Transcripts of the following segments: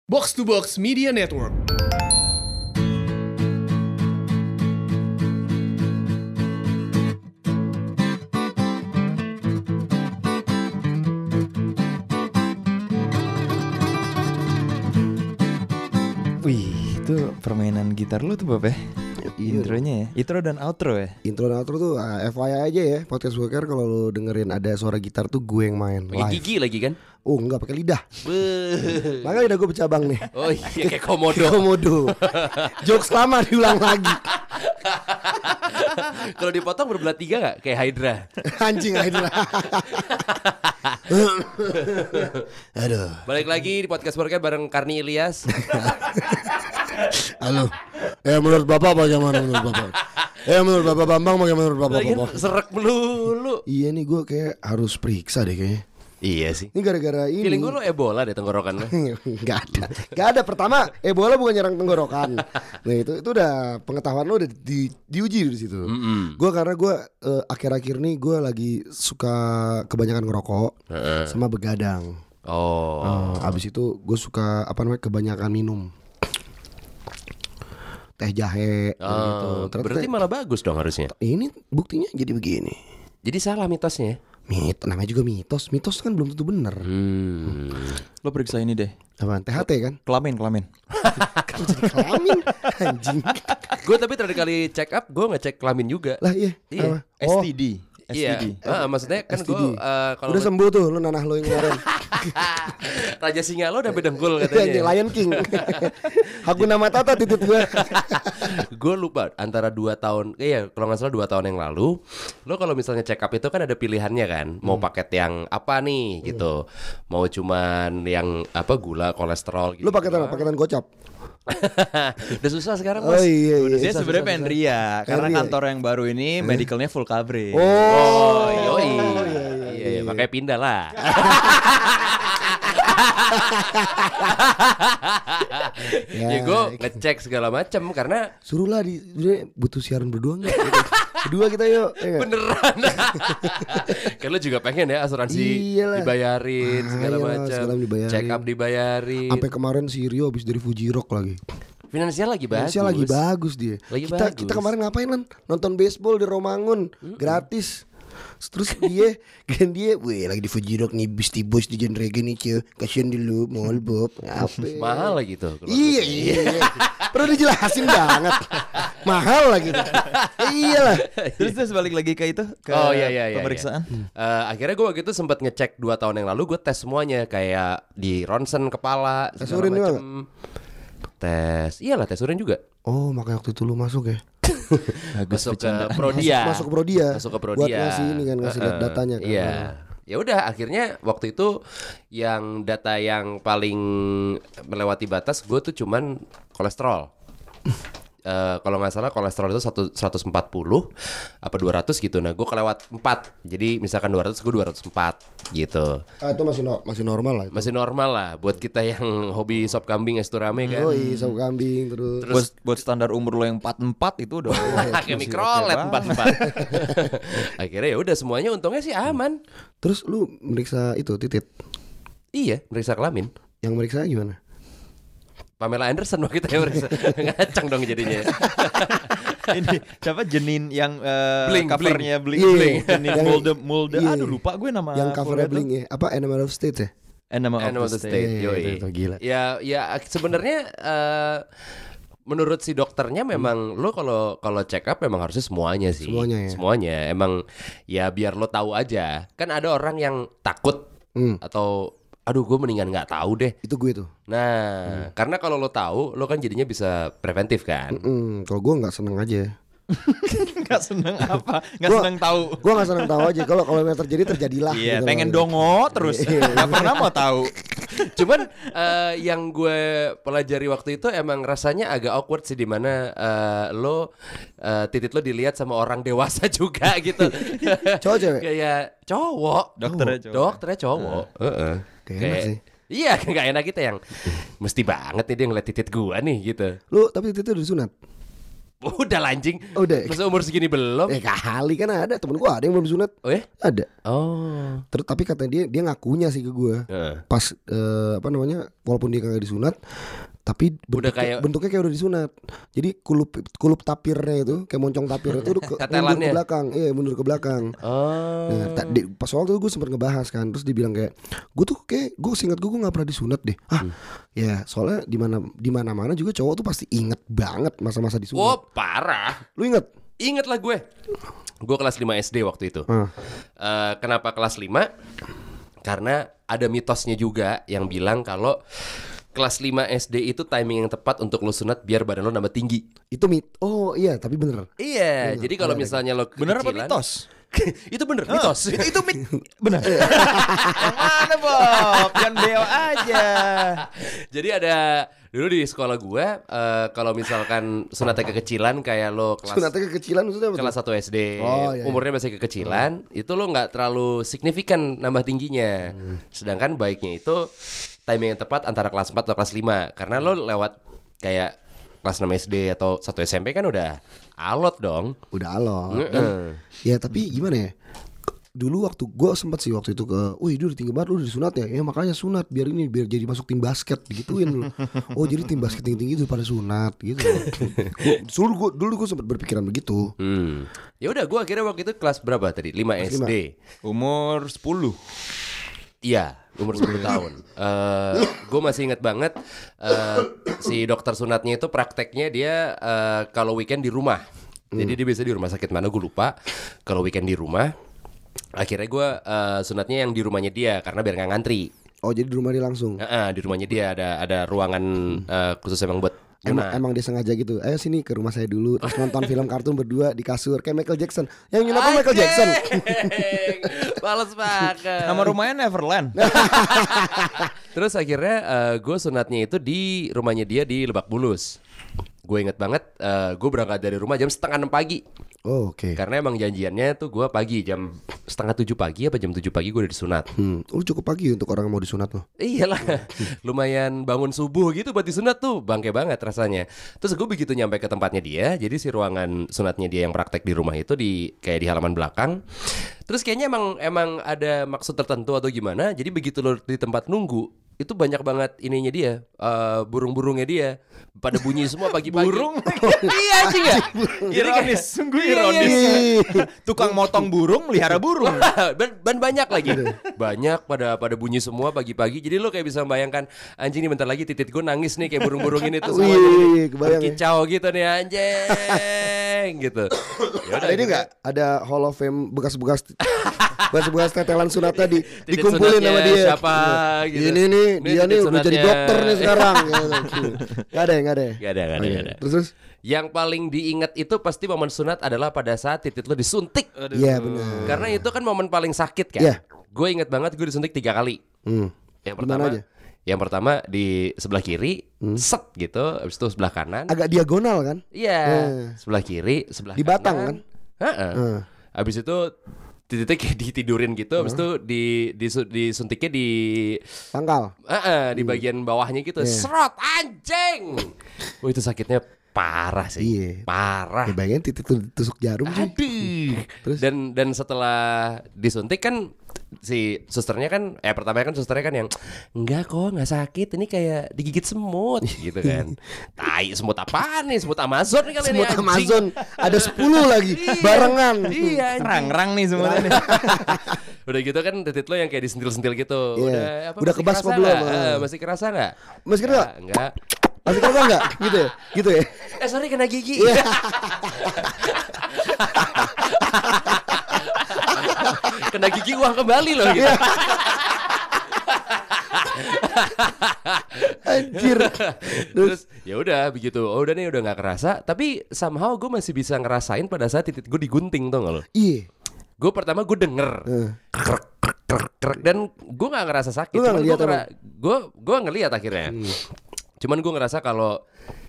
Box to Box Media Network. Wih, itu permainan gitar lu tuh Bob ya? Intronya ya? Intro dan outro ya? Intro dan outro tuh FYI aja ya. Podcast Worker kalau lu dengerin ada suara gitar tuh gue yang main Pakai live. gigi lagi kan? Oh enggak, pakai lidah. Makanya lidah gue bercabang nih. Oh iya kayak komodo. Komodo. Jokes lama diulang lagi. Kalau dipotong berbelah 3 gak? Kayak Hydra. Anjing Hydra. Aduh. Balik lagi di podcast Worker bareng Karni Ilyas. Halo. Menurut Bapak bagaimana menurut Bapak? Menurut Bapak Bambang bagaimana menurut Bapak? Serak melulu. Iya nih gue kayak harus periksa deh kayaknya. Iya sih. Ini gara-gara ini. Feeling gue lo Ebola deh tenggorokan lo. Gak ada. Pertama, Ebola bukan nyerang tenggorokan. Nah itu udah pengetahuan lo udah diuji di situ. Gue karena gue akhir-akhir nih gue lagi suka kebanyakan ngerokok sama begadang. Abis itu gue suka kebanyakan minum teh jahe gitu. Berarti malah bagus dong harusnya. Ini buktinya jadi begini. Jadi salah mitosnya. Namanya juga mitos. Mitos kan belum tentu benar. Lo periksa ini deh. Apaan? THT kan? Kelamin. Kelamin anjing. Gue tapi terakhir kali check up gue ngecek kelamin juga. Lah iya. Iya. Oh, STD. Iya. Maksudnya kan STD. gue kalau udah sembuh tuh lu nanah lo yang kemarin. Raja Singa lo udah bedengkul katanya. Lion King. Hakuna Matata titik gue. Gue lupa antara 2 tahun. Iya kalau nggak salah 2 tahun yang lalu. Lo kalau misalnya check up itu kan ada pilihannya kan. Mau paket yang apa nih gitu. Mau cuman yang gula, kolesterol gitu. Lu paketan gocap. Udah susah sekarang Mas. Iya. Dia sebenarnya pengen ria karena Ria. kantor yang baru ini medicalnya full coverage. Yoi. Iya, makanya pindah lah. Ya gue ngecek segala macam karena suruhlah butuh siaran berdua enggak? Berdua kita yuk. Beneran. Kan lo juga pengen ya asuransi dibayarin segala macam. Check up dibayarin. Sampai kemarin si Rio habis dari Fuji Rock lagi. Finansial lagi bagus dia. Kita kemarin ngapain kan? Nonton baseball di Romangun gratis. Terus dia lagi di Fuji Rock nih Beastie Boys di genre gini cuy. Kasian dulu Mall Bob. Mahal lah gitu. Iya. Perlu dijelasin banget. Mahal lah gitu. Iyalah. Terus balik lagi ke itu ke pemeriksaan. Akhirnya gue waktu itu sempat ngecek 2 tahun yang lalu. Gue tes semuanya kayak di ronsen kepala segala macam. Iyalah tes urin juga. Oh makanya waktu itu lu masuk ya. Masuk ke Prodia. Masuk ke Prodia. Buat ngasih ini kan ngasih datanya kan. Iya. Ya udah akhirnya waktu itu yang data yang paling melewati batas gue tuh cuman kolesterol. Kalau nggak salah kolesterol itu 140 apa 200 gitu. Nah gue kelewat 4. Jadi misalkan 200 gue 204 gitu. Itu masih normal lah. Masih normal lah buat kita yang hobi sop kambing es rame kan. Oh iya sop kambing terus buat standar umur lo yang 44 itu udah kayak mikrolet 44. Akhirnya ya udah semuanya untungnya sih aman. Terus lu meriksa itu titit? Iya, meriksa kelamin. Yang meriksa gimana? Pamela Anderson waktu itu ya meriksa. Ngaceng dong jadinya. Ini siapa Jenin yang Bling, covernya Bling. Jenin Mulde. Aduh lupa gue nama. Yang covernya Bling ya. Apa Animal of State ya? Animal of the State. Itu gila. Ya sebenarnya menurut si dokternya memang lo kalau check up memang harusnya semuanya sih. Semuanya. Emang ya biar lo tahu aja. Kan ada orang yang takut atau aduh gue mendingan nggak tahu deh. Itu gue tuh. Nah, karena kalau lo tahu, lo kan jadinya bisa preventif kan. Kalau gue nggak seneng aja. Nggak seneng apa? Nggak seneng tahu. Gue nggak seneng tahu aja. Kalau yang terjadilah. Iya, gitu pengen dongo terus. Nggak pernah mau tahu. Cuman yang gue pelajari waktu itu emang rasanya agak awkward sih, dimana titit lo dilihat sama orang dewasa juga gitu. Cowok cewek? Kayak cowok. Dokternya cowok. Kayak sih. Iya, gak enak kita yang mesti banget nih dia ngeliat titit gua nih gitu. Lu tapi titit udah disunat? Udah anjing. Udah. Masa umur segini belum? Kali kan ada temen gue ada yang belum disunat. Oh ya? Ada. Oh. Terus tapi katanya dia ngakunya sih ke gue. Pas walaupun dia kagak disunat, tapi Udah kayak- bentuknya kayak udah disunat. Jadi kulup tapirnya itu kayak moncong tapir itu mundur Tetelannya. ke belakang. Iya, mundur ke belakang. Oh. Nah, pas waktu itu gue sempat ngebahas kan, terus dibilang kayak gue seingat gue nggak pernah disunat deh. Ya soalnya di mana juga cowok tuh pasti inget banget masa-masa disunat. Oh, parah. Lu inget? Ingat lah gue. Gue kelas 5 SD waktu itu. Kenapa kelas 5? Karena ada mitosnya juga yang bilang kalau kelas 5 SD itu timing yang tepat untuk lo sunat biar badan lo nambah tinggi. Itu oh iya tapi bener. Iya, jadi kalau misalnya lo Bener apa kekecilan- mitos? Itu bener, mitos. Itu benar. Yang mana Bob? Jangan beo aja. Jadi ada dulu di sekolah gue, kalau misalkan sunatnya kekecilan kayak lo Sunatnya kekecilan maksudnya apa tuh? kelas 1 SD, Oh, iya, iya. umurnya masih kekecilan, itu lo nggak terlalu signifikan nambah tingginya. Sedangkan baiknya itu timing yang tepat antara kelas 4 atau kelas 5. Karena lo lewat kayak kelas 6 SD atau 1 SMP kan udah alot dong. Udah alot. Ya tapi gimana ya? Dulu waktu gue sempat sih waktu itu wih dia udah tinggi banget, lu udah disunat ya? Ya makanya sunat biar jadi masuk tim basket digituin lu. Oh jadi tim basket tinggi itu pada sunat gitu. Dulu gue sempat berpikiran begitu. Ya udah, gue akhirnya waktu itu kelas berapa tadi? 5 SD. Umur 10. Iya, umur 10 tahun. Gue masih ingat banget si dokter sunatnya itu prakteknya dia kalau weekend di rumah. Jadi dia biasa di rumah sakit mana gue lupa. Kalau weekend di rumah, akhirnya gue sunatnya yang di rumahnya dia karena biar nggak ngantri. Oh jadi di rumah dia langsung. Di rumahnya dia ada ruangan khusus emang buat Emang dia sengaja gitu. Ayo sini ke rumah saya dulu, terus nonton film kartun berdua di kasur kayak Michael Jackson. Yang nyunat apa Michael Jackson? Males banget. Nama rumahnya Neverland. Terus akhirnya gue sunatnya itu di rumahnya dia di Lebak Bulus. Gue inget banget, gue berangkat dari rumah jam 5:30 pagi. Oh oke. Karena emang janjiannya tuh gue pagi jam 6:30 pagi apa jam 7 pagi gue udah disunat. Lu cukup pagi untuk orang yang mau disunat lo. Iyalah, lumayan bangun subuh gitu buat disunat tuh, bangke banget rasanya. Terus gue begitu nyampe ke tempatnya dia, jadi si ruangan sunatnya dia yang praktek di rumah itu kayak di halaman belakang. Terus kayaknya emang ada maksud tertentu atau gimana. Jadi begitu lo di tempat nunggu, itu banyak banget ininya dia, burung-burungnya dia pada bunyi semua pagi-pagi. Burung? Iya anjing ya. Ironis, sungguh Iya, ironis. Iya. Tukang motong burung, melihara burung. Dan banyak lagi. Banyak pada bunyi semua pagi-pagi. Jadi lo kayak bisa membayangkan anjing nih bentar lagi titit gue nangis nih kayak burung-burung ini tuh semuanya Wih, kebayang ya. berkicau gitu nih anjing gitu. Yaudah, Ada ini nggak? Ada Hall of Fame bekas-bekas tetelan sunatnya Titit dikumpulin sunatnya sama dia. siapa gitu. Ini nih dia titit nih udah jadi sunatnya. dokter nih sekarang. Gak ada ya? Gak ada. Oke. Terus? Yang paling diingat itu pasti momen sunat adalah pada saat titit lo disuntik. Iya benar. Karena itu kan momen paling sakit kan. Iya. Gue inget banget gue disuntik 3 kali. Yang pertama aja? Yang pertama di sebelah kiri, set gitu, habis itu sebelah kanan. Agak diagonal kan? Iya, sebelah kiri, sebelah Di batang kanan. kan? Heeh. Habis itu titiknya kayak ditidurin gitu, habis itu disuntiknya di Pangkal. di bagian bawahnya gitu. Serot anjing. Oh itu sakitnya parah sih. Iya. Parah. Ya bayangin titik tusuk jarum cuy. Aduh. Terus? Dan setelah disuntik kan si susternya kan pertamanya kan susternya kan yang enggak kok nggak sakit, ini kayak digigit semut gitu kan. Tai, semut apaan nih? Semut Amazon nih kali ini Semut anjing. Amazon ada 10 lagi barengan. Iya anjing. Rang-rang nih semuanya. Udah gitu kan titit lo yang kayak disentil-sentil gitu. Iya. Udah Udah masih kebas kerasa apa belum? nggak? Masih kerasa nggak? Masih kerasa? Enggak. Masih kerasa nggak? Gitu ya? Gitu ya? Sorry kena gigi. Kena gigi uang kembali loh gitu. Anjir. Terus ya udah begitu. Oh udah nih udah nggak kerasa. Tapi somehow gue masih bisa ngerasain pada saat titik gue digunting, tau gak lo? Iya. Gue pertama gue denger krek krek krek krek dan gue nggak ngerasa sakit. Lu nggak Cuman ngeliat gue ngeliat akhirnya. Cuman gue ngerasa kalau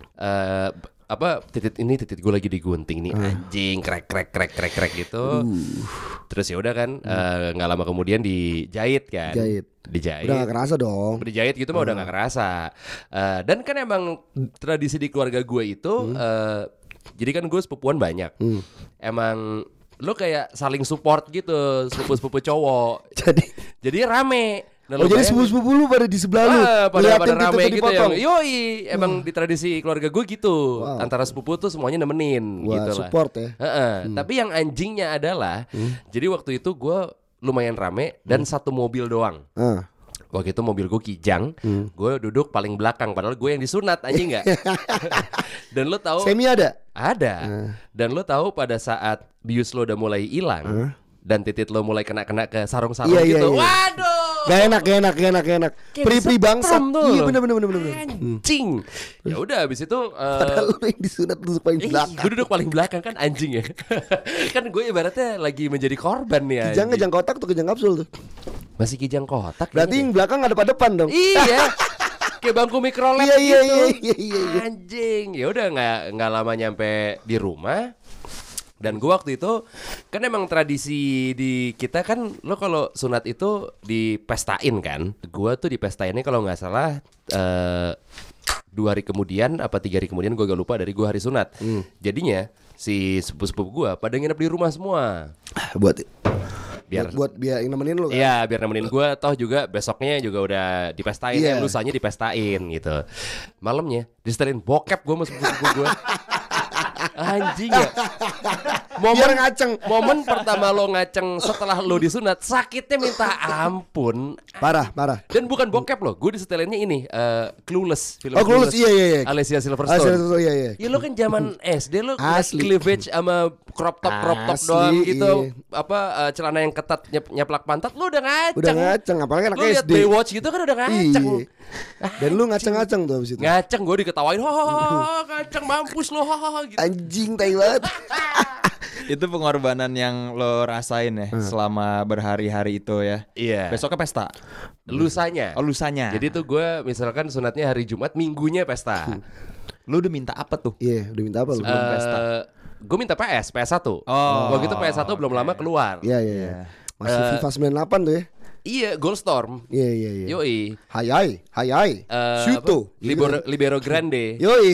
titit gue lagi digunting nih anjing krek krek krek krek krek gitu. Terus ya udah kan nggak lama kemudian dijahit kan. Dijahit. Udah gak kerasa dong. Dijahit gitu mah udah nggak kerasa. Dan kan emang tradisi di keluarga gue itu Jadi kan gue sepupuan banyak. Emang lo kayak saling support gitu, sepupu-sepupu cowok. Jadi rame. Nah, Oh jadi sepupu-sepupu lu pada di sebelah lu pada ngeliatin rame titik gitu dipotong. yang yoi, emang di tradisi keluarga gue gitu. Antara sepupu tuh semuanya nemenin Wah, gitu lah. support ya. Tapi yang anjingnya adalah jadi waktu itu gue lumayan rame dan satu mobil doang. Waktu itu mobil gue kijang, gue duduk paling belakang padahal gue yang disunat anjing nggak. Dan lo tahu Semi ada? ada. Dan lo tahu pada saat bius lo udah mulai hilang dan titit lo mulai kena ke sarung-sarung Iya, gitu. iya, iya. Waduh. Gak enak. Kayak Pri-pri bangsat. disetrum tuh Iya lo. bener. Anjing. Ya udah abis itu Padahal lu yang disunat duduk paling belakang. gue duduk paling belakang kan anjing ya. Kan gue ibaratnya lagi menjadi korban nih anjing. Kijang kotak tuh kijang kapsul tuh. Masih kijang kotak. Berarti kayaknya yang belakang ada pada depan dong. deh. Iya. Kayak bangku mikroled Iya, gitu. iya. Anjing. Ya udah nggak lama nyampe di rumah. Dan gue waktu itu kan emang tradisi di kita kan lo kalau sunat itu dipestain kan. Gue tuh dipestainnya kalau nggak salah 2 hari kemudian apa 3 hari kemudian gue gak lupa dari gue hari sunat. Jadinya si sepupu-sepupu gue pada nginep di rumah semua. Buat biar yang nemenin lu kan. Iya biar nemenin gue. Toh juga besoknya juga udah dipestain. Iya. Lusanya dipestain gitu. Malamnya disetelin bokep gue sama sepupu-sepupu gue. Anjing ya. Biar ngaceng. Momen pertama lo ngaceng setelah lo disunat, sakitnya minta ampun. Parah. Dan bukan bokep lo, gue disetelinnya ini Clueless, film Oh, Clueless, iya. Alicia Silverstone. Iya. Ya lo kan zaman SD lo ngeliat Asli. cleavage sama crop top Asli, doang gitu. iya. Celana yang ketat nyaplak pantat lo udah ngaceng. Udah ngaceng, apalagi anak Lo liat SD. Baywatch gitu kan udah ngaceng. Iya. Dan lu ngaceng-ngaceng tuh abis itu. Ngaceng gue diketawain, ngaceng mampus lo, gitu. Anjing tai banget. Itu pengorbanan yang lo rasain ya selama berhari-hari itu ya. Iya. Besoknya pesta. Lusanya. Oh, lusanya. Jadi tuh gue misalkan sunatnya hari Jumat, minggunya pesta. Lo udah minta apa tuh? Iya, udah minta apa lu? Sebelum pesta. Gue minta PS1. Oh, Waktu itu PS1 belum lama keluar. Iya. Masih FIFA 98 tuh ya. Iya, Goldstorm. Iya. Yoi. Hayai. Shuto. Libero Grande. Yoi.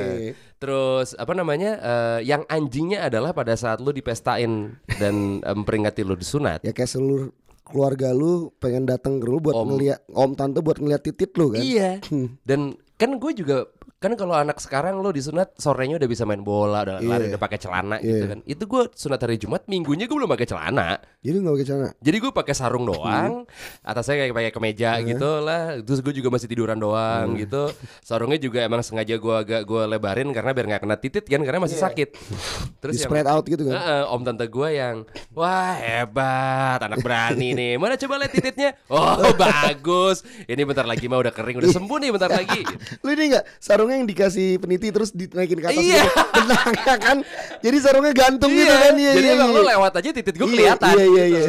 Terus apa namanya? Yang anjingnya adalah pada saat lu dipestain dan memperingati lu disunat. Ya kayak seluruh keluarga lu pengen datang ke lu buat ngeliat om tante buat ngeliat titit lu kan. Iya. Dan kan gue juga kan kalau anak sekarang lo disunat sorenya udah bisa main bola, udah lari, udah pakai celana gitu kan. Itu gue sunat hari Jumat, minggunya gue belum pakai celana. Jadi nggak pakai celana. Jadi gue pakai sarung doang, atasnya kayak pakai kemeja gitu lah. Terus gue juga masih tiduran doang gitu. Sarungnya juga emang sengaja gue lebarin karena biar nggak kena titit kan, karena masih sakit. Terus Di spread out gitu kan. om tante gue yang wah hebat, anak berani nih. Mana coba lihat tititnya? Oh bagus. Ini bentar lagi mah udah kering, udah sembuh nih bentar lagi. Lu ini nggak sarungnya yang dikasih peniti terus dinaikin ke atas Iya. gitu. Benangnya kan. Jadi sarungnya gantung gitu kan. Iya. Jadi emang lo lewat aja titit gue kelihatan. Iya.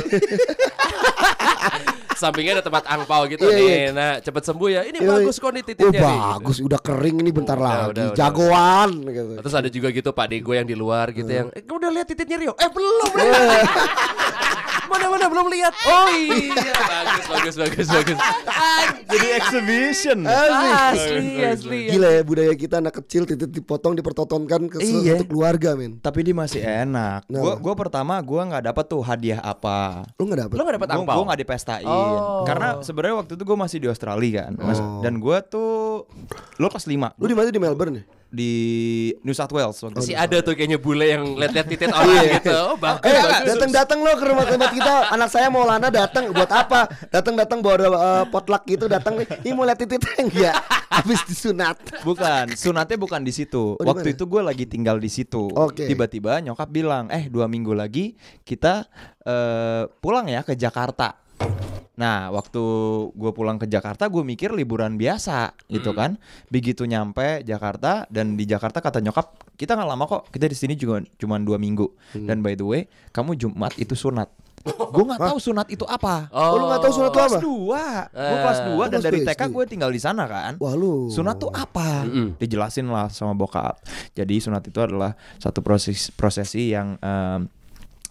Sampingnya ada tempat angpau gitu Iya. nih. Nah, cepet sembuh ya. Ini bagus kok nih titiknya nih. Bagus, udah kering ini bentar lagi. udah. Jagoan gitu. Terus ada juga gitu Pak Dego yang di luar gitu yang udah lihat titiknya Rio? Belum. Mana belum lihat. Oh iya, bagus. Jadi exhibition. Asli. Gila ya budaya kita anak kecil titit dipotong dipertontonkan ke satu keluarga men. Tapi dia masih enak. Gua pertama gua nggak dapat tuh hadiah apa. Lu nggak dapet? Lo gak dapet Gue angpau? nggak dipestain karena sebenarnya waktu itu gue masih di Australia kan, dan gue tuh lo kelas 5 Lu di mana di Melbourne ya? di New South Wales waktu Si itu. ada tuh kayaknya bule yang lihat-lihat titik orang gitu. Oh bagus. Datang lo ke rumah tempat kita. Anak saya mau lana datang buat apa? Datang bawa potluck gitu datang nih. Ini mau lihat titit enggak? Habis disunat. Bukan, sunatnya bukan di situ. di Waktu mana? itu gue lagi tinggal di situ. Oke. Tiba-tiba nyokap bilang, 2 minggu lagi kita pulang ya ke Jakarta. Nah, waktu gue pulang ke Jakarta, gue mikir liburan biasa gitu kan. Begitu nyampe Jakarta, dan di Jakarta kata nyokap, kita nggak lama kok, kita di sini juga cuma 2 minggu. Dan by the way, kamu Jumat itu sunat. Gue nggak tahu sunat itu apa. Oh, lu nggak tahu sunat itu apa? Kelas 2. Gue kelas 2 dan kelas dari 2 TK SD. gue tinggal di sana kan. Wah lu. Sunat tuh apa? Dijelasin lah sama bokap. Jadi sunat itu adalah satu prosesi yang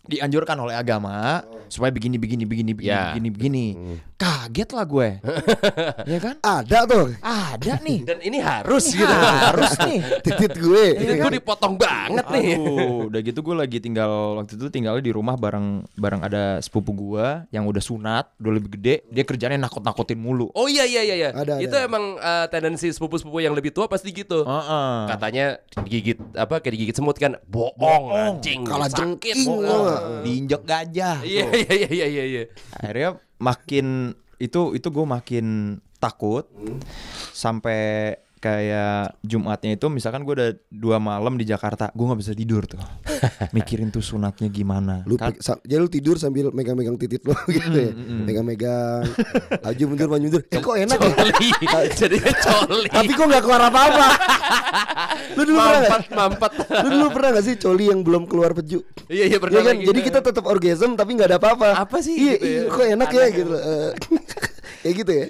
dianjurkan oleh agama supaya begini. Ya. Kaget lah gue. Ya kan? Ada tuh Ada nih. Dan ini harus Ini gitu. harus nih. titit gue. Gue dipotong banget nih. Aduh, udah gitu gue lagi waktu itu tinggalnya di rumah bareng ada sepupu gue yang udah sunat, udah lebih gede, dia kerjanya nakut-nakutin mulu. Oh iya. Ada. Itu emang tendensi sepupu-sepupu yang lebih tua pasti gitu. Katanya digigit kayak digigit semut kan. Bohong anjing. Kalah Sakit. jengking lo nggak? Diinjek gajah. Iya. Akhirnya makin itu gue makin takut sampai kayak Jumatnya itu misalkan gue udah 2 malam di Jakarta, gue nggak bisa tidur tuh mikirin tuh sunatnya gimana. Jadi lu tidur sambil megang-megang titit lo gitu ya. Megang-megang. Maju mundur. Kok enak ya? Coli. Jadinya coli. Tapi kok gak keluar apa-apa. Lu dulu pernah gak? Mampet. Lu dulu pernah gak sih coli yang belum keluar peju? Iya pernah Iya kan? lagi. Jadi kita tetap orgasm tapi gak ada apa-apa. Apa sih Iya, gitu ya? kok enak ya gitu loh. Kayak gitu ya.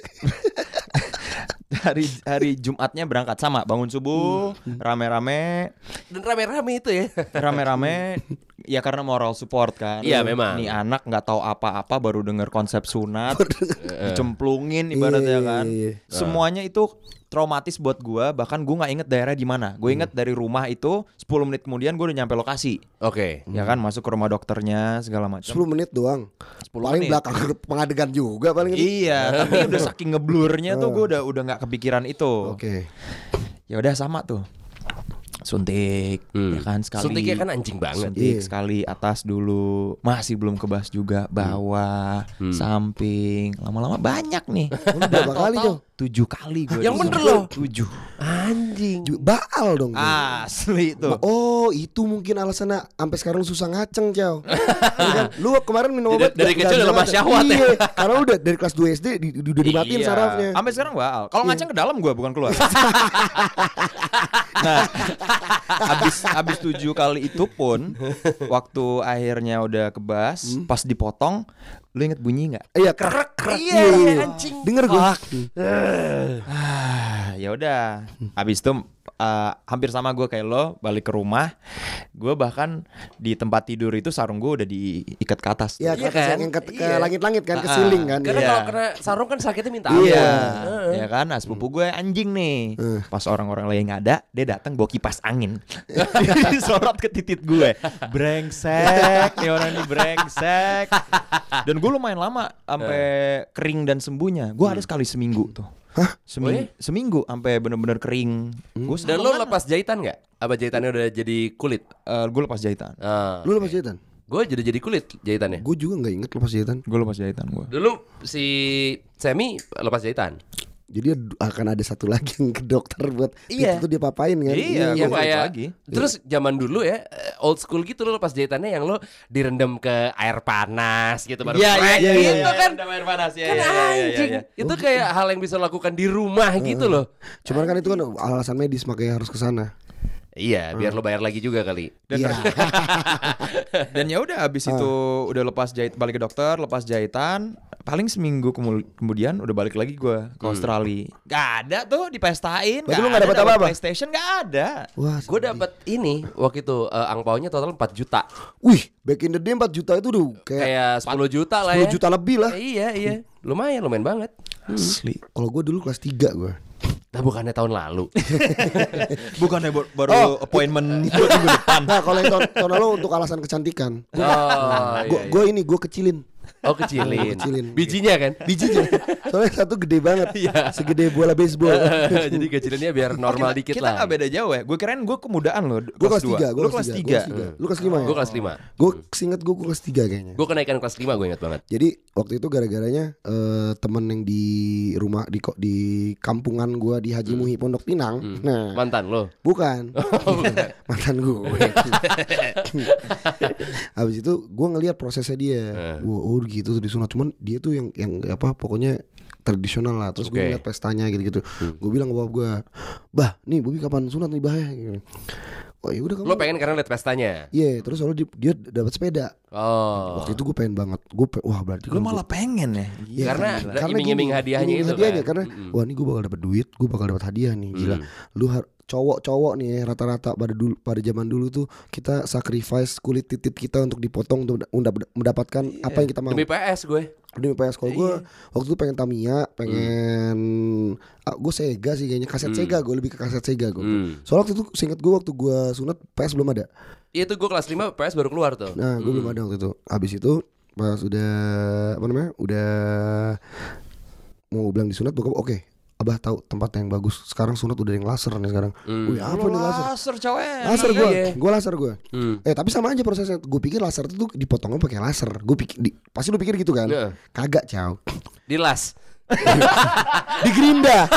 hari Jumatnya berangkat sama bangun subuh rame-rame Dan rame-rame itu ya. ya karena moral support kan. Iya, memang. Nih anak nggak tahu apa-apa baru denger konsep sunat, dicemplungin ibaratnya Iya, kan. iya. Semuanya itu traumatis buat gua, bahkan gua nggak inget daerah di mana. Gue inget dari rumah itu 10 menit kemudian gue udah nyampe lokasi. Oke. Ya kan masuk ke rumah dokternya segala macam. 10 menit doang. 10 Paling menit. belakang pengadegan juga paling itu. Iya, tapi udah saking ngeblurnya tuh gue udah nggak kepikiran itu. Oke. Ya udah sama tuh. Suntik, ya kan sekali. Suntiknya kan anjing banget. Suntik sekali atas dulu, masih belum kebas juga, bawah, samping, lama-lama banyak nih. Lu berapa kali tuh? 7 kali gue. Yang bener loh. 7. Anjing. Baal dong. tuh. Asli tuh. Oh, itu mungkin alasannya sampai sekarang susah ngaceng, Cow. Ya kan? Lu kemarin minum obat Dari kecil udah lemah syahwat ya? Iya, karena lu udah dari kelas 2 SD udah dimatiin Iya. sarafnya. Sampai sekarang baal. Kalau ngaceng ke dalam gue bukan keluar. Nah, abis 7 kali itu pun waktu akhirnya udah kebas, pas dipotong, lu inget bunyi nggak? Iya, krek. Iya, anjing. Denger gua. Ya udah, habis itu hampir sama gue kayak lo balik ke rumah. Gue bahkan di tempat tidur itu sarung gue udah diikat ke atas. Iya, Iya kan? kan? Yang ke Iya. langit-langit kan, ke ceiling kan. Karena Iya. kalau kena sarung kan sakitnya minta ampun. Iya, ya kan. Nah, sepupu gue anjing nih. Pas orang-orang lain nggak ada, dia datang bawa kipas angin, disorot ke titit gue. Brengsek, nih orang ini brengsek. Dan gue lumayan lama sampai kering dan sembuhnya. Gue ada sekali seminggu tuh. Seminggu sampai bener-bener kering. Gue Dan lo lepas jahitan nggak? Apa jahitannya udah jadi kulit? gue lepas jahitan. Lu lepas jahitan? Gue jadi kulit jahitannya. Gue juga gak inget lepas jahitan. Gue lepas jahitan gue. Dulu si Semi lepas jahitan. Jadi akan ada satu lagi yang ke dokter buat Iya. itu dia papain kan. Iya, Yang gua kayak lagi. terus zaman dulu ya old school gitu lo lepas jahitannya yang lo direndam ke air panas gitu baru Iya, crack iya, gitu iya, kan. rendam air panas, iya, Kan iya, iya, anjing. iya. Itu kayak hal yang bisa lo lakukan di rumah gitu loh. Cuman kan itu kan alasan medis makanya harus ke sana. Iya, biar lo bayar lagi juga kali. Iya. Dan ya udah habis itu udah lepas balik ke dokter, lepas jahitan, paling seminggu kemudian udah balik lagi gue ke Australia. Gak ada tuh dipestain. Berarti lu nggak dapet apa-apa? PlayStation gak ada. Wah, Gue dapat ini waktu itu angpaonya total 4 juta. wih, back in the day 4 juta itu udah kayak Kayak 10 juta lah 10 ya. juta lebih lah. Iya. Lumayan banget. Asli. Kalau gue dulu kelas 3 gue. Nah, bukannya tahun lalu. Bukannya baru appointment 2 minggu depan. Nah, kalau yang tahun lalu untuk alasan kecantikan. Oh, Gue kecilin. Oh, kecilin. Kecilin. Bijinya kan? Bijinya. Soalnya satu gede banget. Segede bola baseball. Jadi kecilinnya biar normal dikit Kita lah. gak beda jauh ya. Gue kirain gue kemudahan loh. Gue kelas 3. Lu kelas 3. Lu kelas 5 ya? Gue kelas 5. Gue seinget gue kelas 3 kayaknya. Gue kenaikan kelas 5 gue ingat banget. Jadi waktu itu gara-garanya temen yang di rumah di kampungan gue di Haji Muhi Pondok Pinang. Nah, Mantan lo. bukan. Mantan gue. Habis itu gue ngeliat prosesnya dia. Oh gitu tuh disunat. Cuman dia tuh yang apa pokoknya tradisional lah. Terus gue Oke. ngeliat pestanya gitu-gitu. Gue bilang ke bapak gue, "Bah, nih Bobi kapan sunat nih bah ya?" Gitu. oh ya udah kamu. Lo pengen karena lihat pestanya. Iya, terus soalnya dia dapat sepeda. Oh. Waktu itu gue pengen banget. Wah berarti Lu malah pengen ya. Iya, Karena iming-iming hadiahnya iming-iming itu hadiahnya, kan. karena wah ini gue bakal dapat duit, gue bakal dapat hadiah nih. Gila. Lu cowok-cowok nih rata-rata pada zaman dulu tuh kita sacrifice kulit titit kita untuk dipotong untuk mendapatkan apa yang kita mau. Demi PS gue. Demi PS. Kalau gue waktu itu pengen Tamiya, pengen gue Sega sih kayaknya, kaset Sega, gue lebih ke kaset Sega gue. Soalnya waktu itu seinget gue waktu gue sunat PS belum ada. Iya itu gue kelas 5 PS baru keluar tuh. Nah gue belum ada waktu itu. Habis itu pas udah udah mau bilang disunat, bokap oke, abah tahu tempat yang bagus. Sekarang sunat udah yang laser nih sekarang. Wih apa nih laser? Laser cowok. Laser gue, Iya. gue laser gue. Tapi sama aja prosesnya. Gue pikir laser itu tuh dipotongnya pakai laser. Gue pikir, pasti lu pikir gitu kan? Iya. Kagak cow. Dilas. Di Gerinda.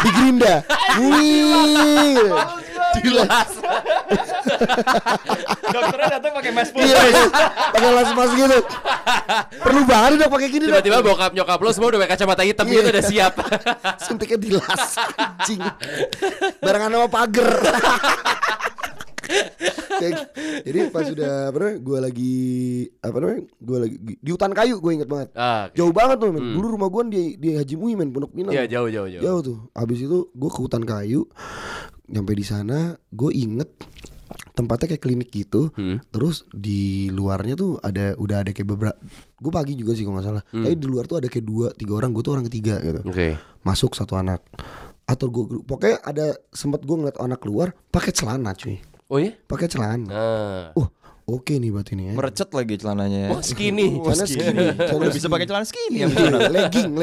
Wih. Dilas. Dokternya datang pakai mask full. Iya, pakai las mas gitu. Perlu banget dong pakai gini. Tiba-tiba bokap nyokap lo semua udah pakai kacamata hitam gitu udah siap. Suntiknya dilas anjing. Barengan sama pager. Jadi pas udah gue lagi di hutan kayu, gue inget banget. Jauh banget tuh men. Dulu rumah gue di Haji Mui men, Pondok Pinang. Iya jauh. Jauh tuh. Abis itu gue ke hutan kayu. Nyampe di sana gue inget tempatnya kayak klinik gitu. Terus di luarnya tuh udah ada kayak beberapa. Gue pagi juga sih kalau nggak salah. Tapi di luar tuh ada kayak 2-3 orang. Gue tuh orang ketiga gitu. Masuk satu anak. Atau gue pokoknya ada sempat gue ngeliat anak keluar pakai celana cuy. Oh iya? Pakai celana. Oke nih buat ini ya. Merecet lagi celananya. Oh skinny. Celana skinny. Udah bisa pakai celana skinny yang legging.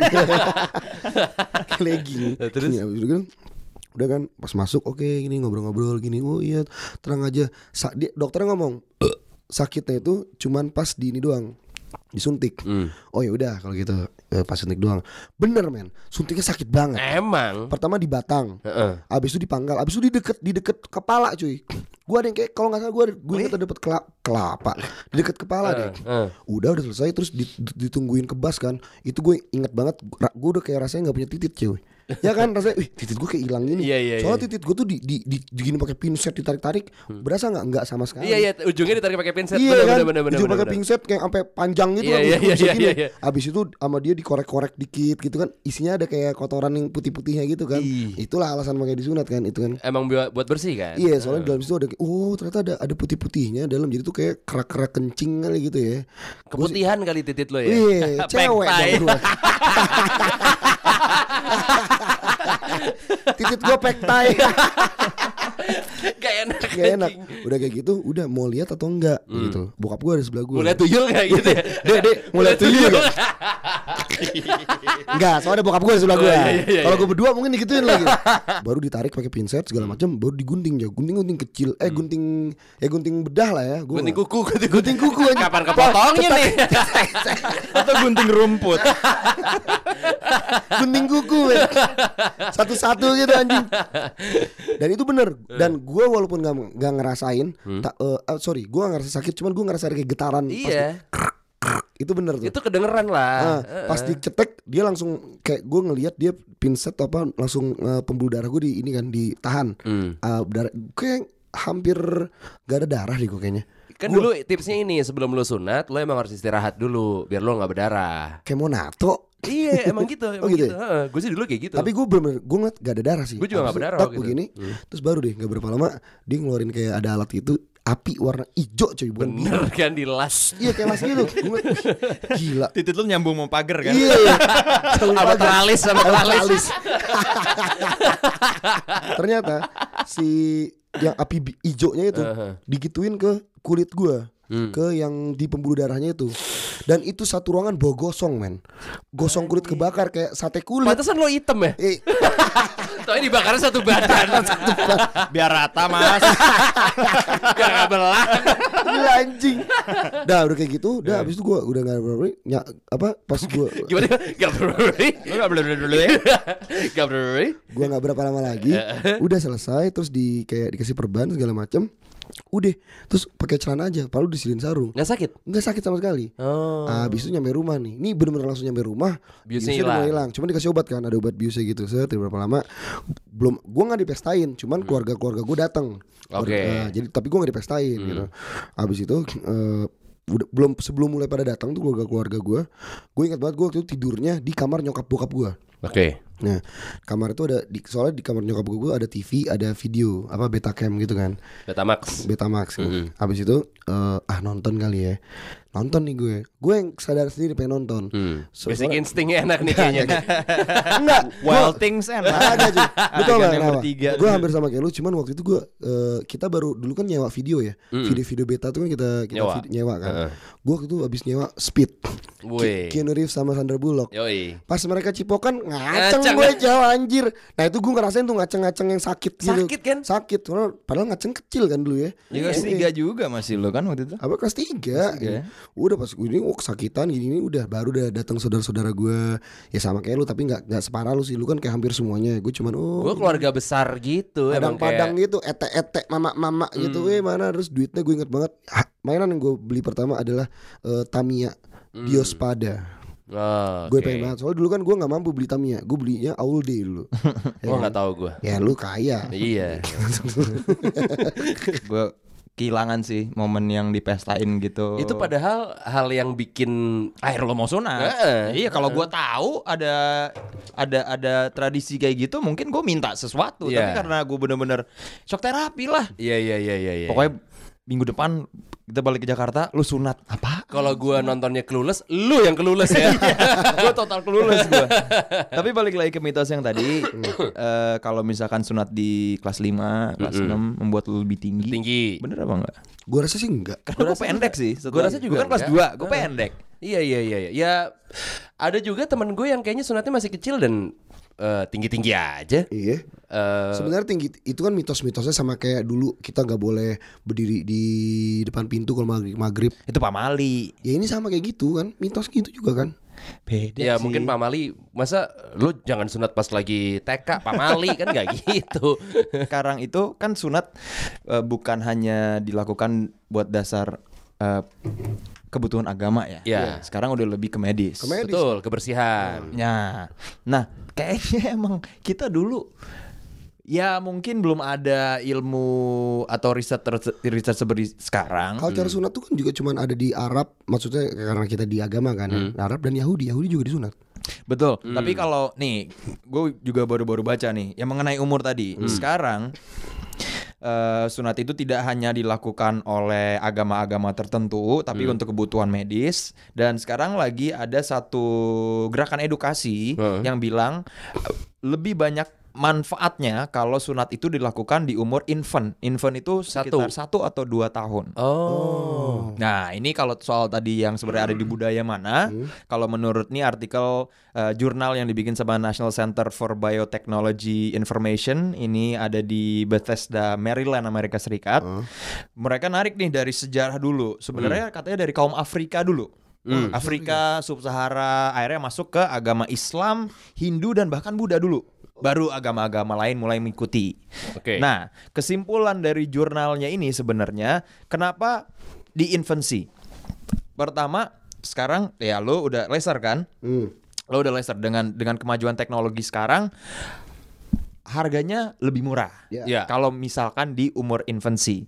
Legging. Terus? Ya, udah kan pas masuk oke gini ngobrol-ngobrol gini. Oh iya tenang aja. Dokternya ngomong sakitnya itu cuman pas di ini doang, disuntik. Oh ya udah kalau gitu pas suntik doang. Bener men, suntiknya sakit banget. Emang. Pertama di batang, abis itu di pangkal, abis itu di deket kepala cuy. Gue ada yang kayak kalau nggak salah gue inget ada dapet kelapa di deket kepala deh. Udah selesai terus ditungguin kebas kan. Itu gue inget banget. Gue udah kayak rasanya nggak punya titit cuy. Ya kan rasanya, titit gue kayak hilang gini. Soalnya titit gue tuh di gini pakai pinset ditarik-tarik, berasa nggak sama sekali. Iya ujungnya ditarik pakai pinset. Iya kan, ujung pakai bener. pinset kayak sampai panjang gitu. Iya. Abis itu sama dia dikorek-korek dikit gitu kan, isinya ada kayak kotoran yang putih-putihnya gitu kan. Itulah alasan makanya disunat kan, itu kan. Emang buat bersih kan? Iya, soalnya di dalam situ ada, ternyata ada putih-putihnya dalam, jadi tuh kayak kerak-kerak kencing kali gitu ya. Keputihan kali titit lo ya. Iya, cewek dong gua. Titit gue pektai. Gak enak. Udah kayak gitu, udah mau lihat atau enggak gitu. Bokap gue ada sebelah gue. Mau lihat tuyul gak gitu ya? Dek, mau lihat tuyul gak? Enggak, soalnya bokap gue ada sebelah gue. Kalau gue berdua mungkin digituin lagi. Baru ditarik pakai pinset segala macam, baru digunting ya. Gunting kecil. Gunting bedah lah ya. Gunting kuku. Gunting kuku aja. Kapan kepotongnya nih? Atau gunting rumput. Gunting kuku ya. Satu-satu gitu anjing. Dan itu bener. Dan gue walaupun gak ngerasain gue gak ngerasa sakit, cuman gue ngerasa kayak getaran. Iya. Itu bener tuh. Itu kedengeran lah. Pas dicetek dia langsung kayak gue ngelihat dia pinset langsung pembuluh darah gue di ini kan ditahan. Darah kayak hampir gak ada darah deh gue kayaknya. Kan dulu tipsnya ini, sebelum lu sunat lo emang harus istirahat dulu biar lo gak berdarah. Kayak mau nato. Iya emang gitu. Gitu. Gue sih dulu kayak gitu. Tapi gue bener-bener gue ngeliat gak ada darah sih. Gue juga gak berdarah gitu. Begini, terus baru deh gak berapa lama dia ngeluarin kayak ada alat itu, api warna hijau coy, bukan bener kan dilas. Iya kayak las gitu. Gue gila. Titit lu nyambung mau pagar kan? Iya. Sama teralis. Ternyata si yang api hijaunya itu digituin ke kulit gue. Ke yang di pembuluh darahnya itu. Dan itu satu ruangan bau gosong men. Gosong kulit kebakar kayak sate kulit. Pantesan lo hitam ya? Soalnya dibakarnya satu badan. Biar rata mas. Biar gak belah. Gila anjing. Dah udah kayak gitu, udah abis itu gue udah nggak pas gue Gimana? Gak berani. Lu nggak boleh dulu ya. Gak berani. gue nggak berapa lama lagi, udah selesai terus dikasih perban segala macem. Udah, terus pakai celana aja, palu disilin sarung. Nggak sakit? Nggak sakit sama sekali. Habis itu nyampe rumah nih. Ini bener-bener langsung nyampe rumah. Biusnya udah mulai hilang. Cuman dikasih obat kan, ada obat biusnya gitu. Berapa lama? Belum, gue nggak dipestain. Cuman keluarga gue datang. Oke. Jadi tapi gue nggak dipestain gitu. Habis itu udah sebelum mulai pada datang tuh keluarga gue ingat banget gue waktu itu tidurnya di kamar nyokap bokap gue. Oke. Nah, kamar itu ada soalnya di kamar nyokap gue ada TV, ada video Betacam gitu kan. Betamax. Habis itu nonton kali ya. Nonton nih gue yang sadar sendiri pengen nonton. Basic instingnya enak nih kayaknya. Enggak, Wild Things enak. ada aja. Betul Adegan nggak yang kenapa? bertiga. Gue hampir sama kayak lu, cuman waktu itu gue kita baru dulu kan nyewa video ya. Video-video beta tuh kan kita nyewa kan. Gue waktu itu abis nyewa Speed. Woi. Keanu Reeves sama Sandra Bullock. Yoi. Pas mereka cipokan ngaceng gue jauh anjir. Nah itu gue ngerasain tuh ngaceng-ngaceng yang sakit gitu. Sakit kan? Sakit. Padahal ngaceng kecil kan dulu ya. Ya kelas 3 juga masih lo kan waktu itu. Apa kelas 3 ya? Udah pas gue ini kesakitan gini udah baru udah datang saudara-saudara gue. Ya sama kayak lu tapi gak separah lu sih. Lu kan kayak hampir semuanya. Gue cuman Gue keluarga besar gitu. padang-padang gitu, ete-ete, mama-mama gitu. Mana terus duitnya gue inget banget. Mainan yang gue beli pertama adalah Tamiya Diospada. Gue pengen banget. Soalnya dulu kan gue gak mampu beli Tamiya. Gue belinya All Day dulu. Gue gak tahu gue. Ya lu kaya. Iya. Gue kehilangan sih momen yang dipestain gitu. Itu padahal hal yang bikin akhir lo mau sunat. Iya, kalau gue tahu ada tradisi kayak gitu, mungkin gue minta sesuatu. Iya. Tapi karena gue bener-bener shock terapi lah. Iya. Pokoknya minggu depan kita balik ke Jakarta, lu sunat. Apa? Kalau gue nontonnya Clueless, lu yang Clueless ya. Gue total clueless gue. Tapi balik lagi ke mitos yang tadi, kalau misalkan sunat di kelas 5, kelas 6 membuat lu lebih tinggi. Bener apa enggak? Gue rasa sih enggak. Karena gue pendek sih. Gue rasa juga gue kan kelas 2, gue pendek. Iya. Ya ada juga teman gue yang kayaknya sunatnya masih kecil dan tinggi-tinggi aja. Iya. Sebenarnya tinggi itu kan mitos-mitosnya sama kayak dulu kita nggak boleh berdiri di depan pintu kalau maghrib. Itu pamali. Ya ini sama kayak gitu kan, mitos gitu juga kan. Beda Ya sih. mungkin Pak Mali, masa lu jangan sunat pas lagi TK, Pak Mali kan nggak gitu. Sekarang itu kan sunat bukan hanya dilakukan buat dasar kebutuhan agama ya. Iya. Sekarang udah lebih ke medis. Betul, kebersihan. Ya. Nah, kayaknya emang kita dulu ya mungkin belum ada ilmu atau riset seperti sekarang. Culture sunat tuh kan juga cuman ada di Arab, maksudnya karena kita di agama kan, Arab dan Yahudi juga disunat. Betul. Tapi kalau nih, gue juga baru-baru baca nih yang mengenai umur tadi. Sekarang sunat itu tidak hanya dilakukan oleh agama-agama tertentu, tapi untuk kebutuhan medis. Dan sekarang lagi ada satu gerakan edukasi yang bilang lebih banyak manfaatnya kalau sunat itu dilakukan di umur infant. Infant itu sekitar 1 atau 2 tahun. Oh. Nah, ini kalau soal tadi yang sebenarnya ada di budaya mana, kalau menurut nih artikel jurnal yang dibikin sama National Center for Biotechnology Information, ini ada di Bethesda, Maryland, Amerika Serikat. Mereka narik nih dari sejarah dulu. Sebenarnya katanya dari kaum Afrika dulu. Afrika, Sub-Sahara, akhirnya masuk ke agama Islam, Hindu dan bahkan Buddha dulu. Baru agama-agama lain mulai mengikuti. Oke. Nah, kesimpulan dari jurnalnya ini sebenarnya kenapa di infancy? Pertama, sekarang ya lo udah laser kan? Lo udah laser dengan kemajuan teknologi sekarang harganya lebih murah. Ya. Kalau misalkan di umur infancy.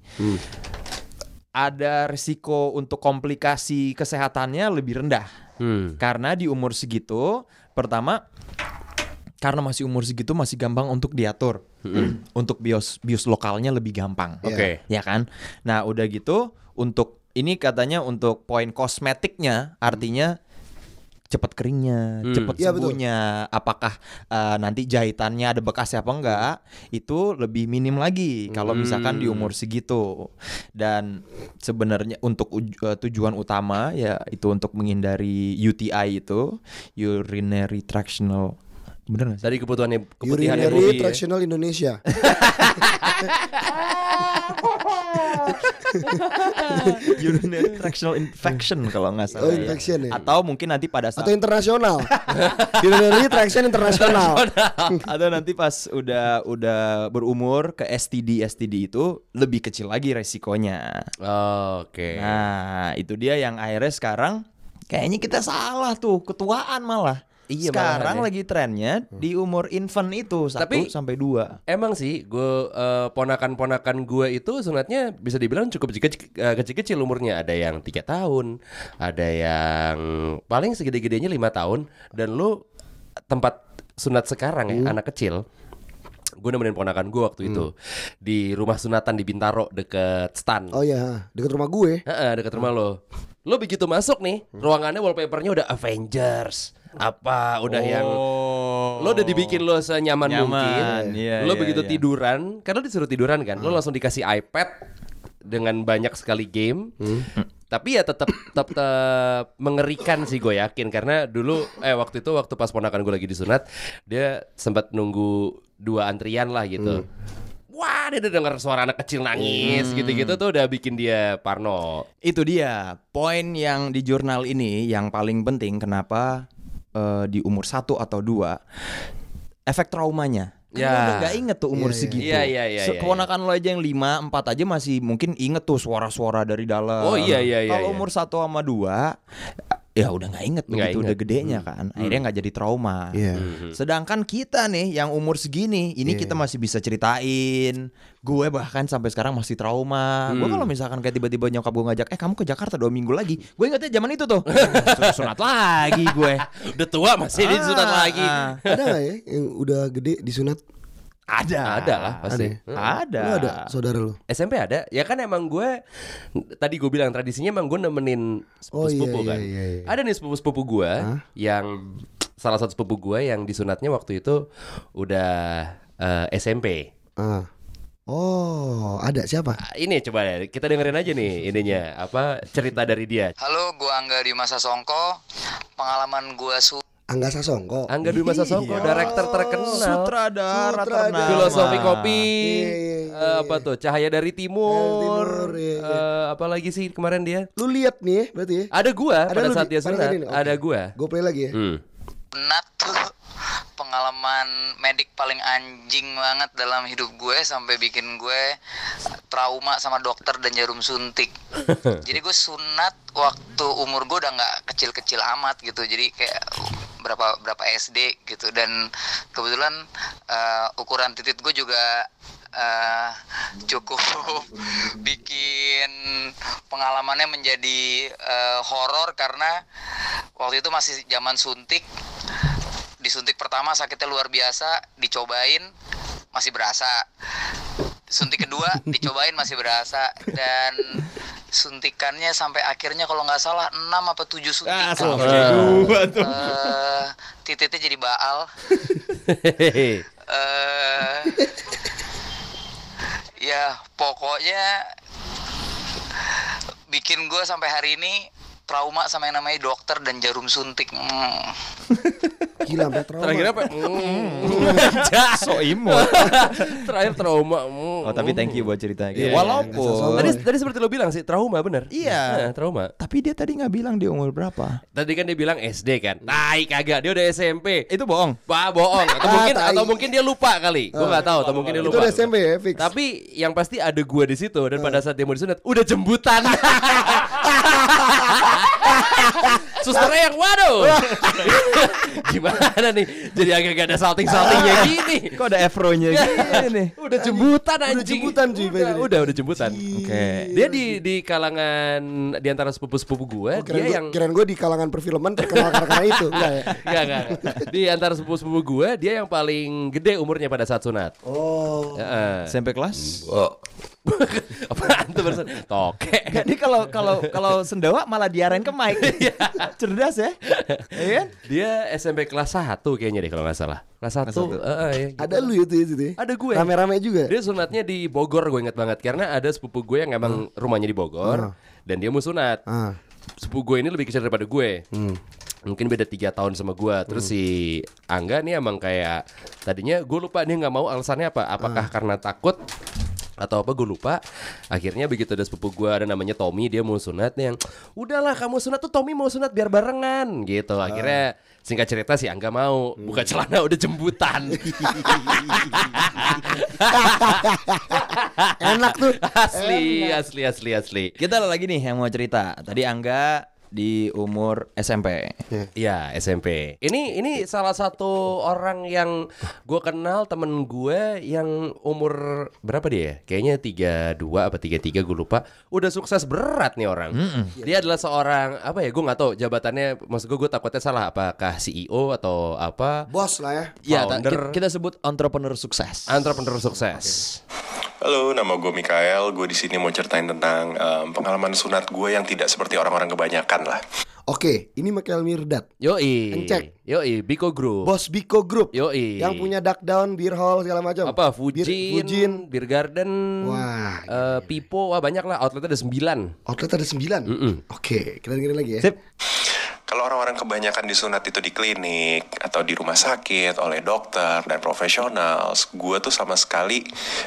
Ada risiko untuk komplikasi kesehatannya lebih rendah. Karena di umur segitu, pertama karena masih umur segitu masih gampang untuk diatur. Untuk bios lokalnya lebih gampang. Oke. Ya kan? Nah, udah gitu untuk ini katanya untuk poin kosmetiknya artinya cepat keringnya, cepat sembuhnya. Apakah nanti jahitannya ada bekasnya apa enggak? Itu lebih minim lagi kalau misalkan di umur segitu. Dan sebenarnya untuk tujuan utama ya itu untuk menghindari UTI itu, urinary tractional. Bener gak sih? Dari keputihan Urinary Tractional Indonesia. Urinary tractional infection kalau nggak salah. Oh, infection ya. Atau mungkin nanti pada saat Atau internasional. Urinary traction internasional. atau nanti pas udah berumur ke STD itu lebih kecil lagi resikonya. Oke. Nah, itu dia yang akhirnya sekarang kayaknya kita salah tuh, ketuaan malah. Iya, Sekarang malahan ya. lagi trennya di umur infant itu 1 Tapi- sampai 2. Emang sih, gue ponakan-ponakan gue itu sunatnya bisa dibilang cukup kecil-kecil umurnya. Ada yang 3 tahun, ada yang paling segede-gedenya 5 tahun. Dan lu tempat sunat sekarang ya, anak kecil. Gue nemenin ponakan gue waktu itu di rumah sunatan di Bintaro deket Stan. Oh iya, dekat rumah gue. Deket rumah lo. Lo begitu masuk nih, ruangannya wallpapernya udah Avengers. Apa udah yang lo udah dibikin lo senyaman Nyaman, mungkin. iya, Lo iya, begitu iya. tiduran, karena disuruh tiduran kan. Lo langsung dikasih iPad dengan banyak sekali game. Tapi ya tetap mengerikan sih, gue yakin, karena dulu waktu pas ponakan gue lagi disunat, dia sempat nunggu 2 antrian lah gitu. Wah, dia udah denger suara anak kecil nangis gitu-gitu tuh udah bikin dia parno. Itu dia poin yang di jurnal ini yang paling penting. Kenapa di umur 1 atau 2 efek traumanya. Kan Ya. lo udah gak inget tuh umur segitu. Iya. Keponakan lo aja yang 5, 4 aja masih mungkin inget tuh suara-suara dari dalam. Oh, iya. Kalau umur 1 sama 2 ya udah nggak inget Nggak begitu inget. udah gedenya kan. Akhirnya nggak jadi trauma. Iya. Sedangkan kita nih yang umur segini ini kita masih bisa ceritain. Gue bahkan sampai sekarang masih trauma. Gue kalau misalkan kayak tiba-tiba nyokap gue ngajak, kamu ke Jakarta 2 minggu lagi. Gue ingetnya zaman itu tuh. Sunat lagi gue. Udah tua masih disunat lagi. Ada nggak ya yang udah gede disunat? Ada lah pasti. Ada. Lu ada saudara lu? SMP ada. Ya kan emang gue tadi gue bilang tradisinya emang gue nemenin sepupu-sepupu iya, kan. iya. Ada nih sepupu-sepupu gue yang salah satu sepupu gue yang disunatnya waktu itu udah SMP. Ah. Oh, ada siapa? Ini coba deh, kita dengerin aja nih ininya apa cerita dari dia. Halo, gua Angga Dwi Masa Songko. Pengalaman gua Angga Sasongko. Angga Dwi Masa Songko, director terkenal. Sutradara Sutradara. ternama. Filosofi kopi, Iya. apa tuh? Cahaya dari Timur. Timur, iya. Apa lagi sih kemarin dia? Lu lihat nih ya, berarti ya? Ada gua Ada pada lu saat di- dia pada sunat. saat ini? Oke. Ada gua. Gue play lagi ya. sunat tuh pengalaman medik paling anjing banget dalam hidup gue, sampai bikin gue trauma sama dokter dan jarum suntik. Jadi gue sunat waktu umur gue udah nggak kecil-kecil amat gitu, jadi kayak berapa SD gitu. Dan kebetulan ukuran titik gue juga cukup bikin pengalamannya menjadi horor, karena waktu itu masih zaman suntik. Disuntik pertama sakitnya luar biasa, dicobain masih berasa. Suntik kedua dicobain masih berasa, dan suntikannya sampai akhirnya kalau nggak salah 6 apa 7 suntikan. Titiknya jadi baal. Ya pokoknya bikin gue sampai hari ini trauma sama yang namanya dokter dan jarum suntik. Gila sampai trauma. Terakhir apa? So imut. Terakhir trauma. Oh tapi thank you buat ceritanya. Iya, Walaupun Tadi seperti lo bilang sih trauma bener. Iya. Trauma. tapi dia tadi nggak bilang dia umur berapa. Tadi kan dia bilang SD kan. Tai kagak, dia udah SMP. Itu bohong. Wah, bohong. Atau mungkin dia lupa kali. Gue nggak tahu. Atau mungkin dia Itu lupa. udah SMP ya, fix. Tapi yang pasti ada gua di situ, dan pada saat dia mau disunat udah jembutan. Susternya yang waduh. Gimana nih? Jadi agak gak ada salting-saltingnya gini. Kok ada afronya gini. Udah jembutan Udah anjing. jembutan, cuy, Pak. Udah jembutan. Oke. Dia di kalangan di antara sepupu-sepupu gua, dia yang Kirain gue di kalangan perfilman terkenal karena itu. Enggak ya? Enggak. Di antara sepupu-sepupu gua, dia yang paling gede umurnya pada saat sunat. Oh. Heeh. SMP kelas. Apaan tuh barusan? Toke. Jadi kalau sendawa malah diarahin ke mic. Cerdas ya. Iya kan? Dia SMP kelas 1 kayaknya deh kalau nggak salah. Kelas 1. Iya. Ada lu itu ya? Ada gue. Rame-rame juga. Dia sunatnya di Bogor, gue ingat banget, karena ada sepupu gue yang emang rumahnya di Bogor dan dia mau sunat. Sepupu gue ini lebih kecil daripada gue. Mungkin beda 3 tahun sama gue. Terus si Angga nih emang kayak tadinya gue lupa dia nggak mau alasannya apa. Apakah karena takut atau apa gue lupa. Akhirnya begitu ada sepupu gue ada namanya Tommy, dia mau sunat nih, yang udahlah kamu sunat tuh, Tommy mau sunat biar barengan gitu. Akhirnya singkat cerita si Angga mau buka celana udah jembutan. Enak tuh. Asli. Kita ada lagi nih yang mau cerita. Tadi Angga di umur SMP. Iya SMP. Ini salah satu orang yang gue kenal, temen gue yang umur berapa dia ya? Kayaknya 32 apa 33 gue lupa. Udah sukses berat nih orang. Dia adalah seorang apa ya? Gue nggak tahu jabatannya. Maksud gue takutnya salah. Apakah CEO atau apa? Bos lah ya. Ya, Founder. kita sebut entrepreneur sukses. Entrepreneur sukses. Halo, nama gue Mikael. Gue di sini mau ceritain tentang pengalaman sunat gue yang tidak seperti orang-orang kebanyakan lah. Oke, ini Mikael Mirdad, Yoi. Encek. Yoi, Biko Group. bos Biko Group. Yoi. Yang punya Duck Down, Beer Hall segala macam. Apa? Fujin, Beer Garden. Wah, Pipo, wah banyak lah. Outletnya ada 9. outlet ada 9. Oke, kita dengerin lagi ya. Sip. Kalau orang-orang kebanyakan disunat itu di klinik atau di rumah sakit oleh dokter dan profesional, gue tuh sama sekali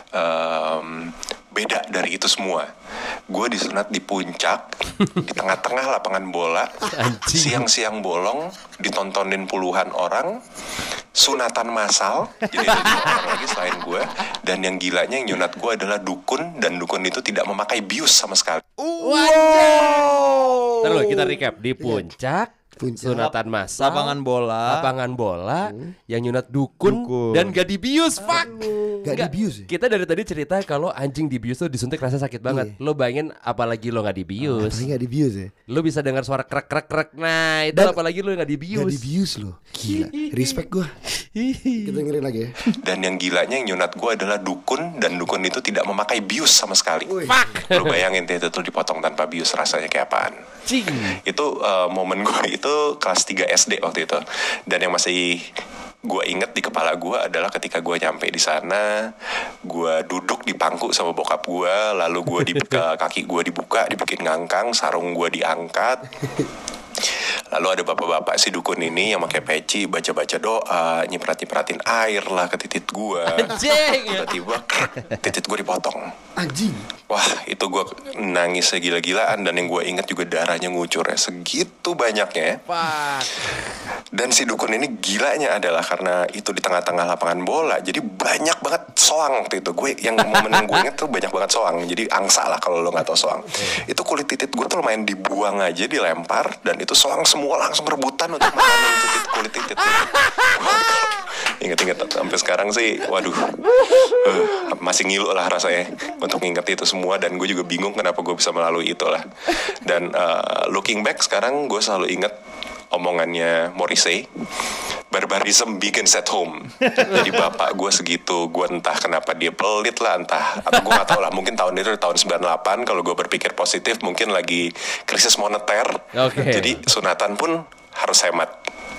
beda dari itu semua. Gue disunat di puncak, di tengah-tengah lapangan bola, siang-siang bolong, ditontonin puluhan orang, sunatan massal, jadi ada 2 orang lagi selain gue. Dan yang gilanya yang nyunat gue adalah dukun, dan dukun itu tidak memakai bius sama sekali. Ntar dulu kita recap. Di puncak, sunatan massal, lapangan bola, yang nyunat dukun. Dan gak dibius. Fuck. Gak dibius ya? Kita dari tadi cerita kalau anjing dibius tuh disuntik rasa sakit banget. Lo bayangin apalagi lo gak dibius. Tapi gak dibius ya? Lo bisa dengar suara krek krek krek. Nah itu Dan apalagi lo gak Gak dibius. dibius loh. Gila, respect gue. Kita dengerin lagi ya. Dan yang gilanya yang nyunat gue adalah dukun, dan dukun itu tidak memakai bius sama sekali. Fuck. Lu bayangin itu tuh dipotong tanpa bius rasanya kayak apaan. Cing. Itu momen gue itu kelas 3 SD waktu itu. Dan yang masih gue inget di kepala gue adalah ketika gue nyampe di sana, gue duduk di pangku sama bokap gue, lalu kaki gue dibuka, dibikin ngangkang, sarung gue diangkat. Lalu ada bapak-bapak si dukun ini yang pakai peci, baca-baca doa, nyiprat-nyipratin air lah ke titik gue. Tiba-tiba titik gue dipotong. Anjing. Wah, itu gue nangis segila-gilaan. Dan yang gue inget juga darahnya ngucur ya, segitu banyaknya ya. Fuck. Dan si dukun ini gilanya adalah karena itu di tengah-tengah lapangan bola, jadi banyak banget soang waktu itu. Momen yang gue inget tuh banyak banget soang. Jadi angsa lah kalau lo gak tau soang. Itu kulit titit gue tuh lumayan dibuang aja, dilempar. Dan itu soang semua langsung rebutan untuk makanin kulit titit. Ingat-ingat sampai sekarang sih, waduh, masih ngilu lah rasanya untuk nginget itu semua. Dan gue juga bingung kenapa gue bisa melalui itu lah. Dan looking back sekarang gue selalu inget omongannya Morrissey, barbarism begins at home. Jadi bapak gue segitu, gue entah kenapa dia pelit lah, entah, atau gue gak tahu lah, mungkin tahun itu tahun 98. Kalau gue berpikir positif, mungkin lagi krisis moneter. Jadi sunatan pun harus hemat.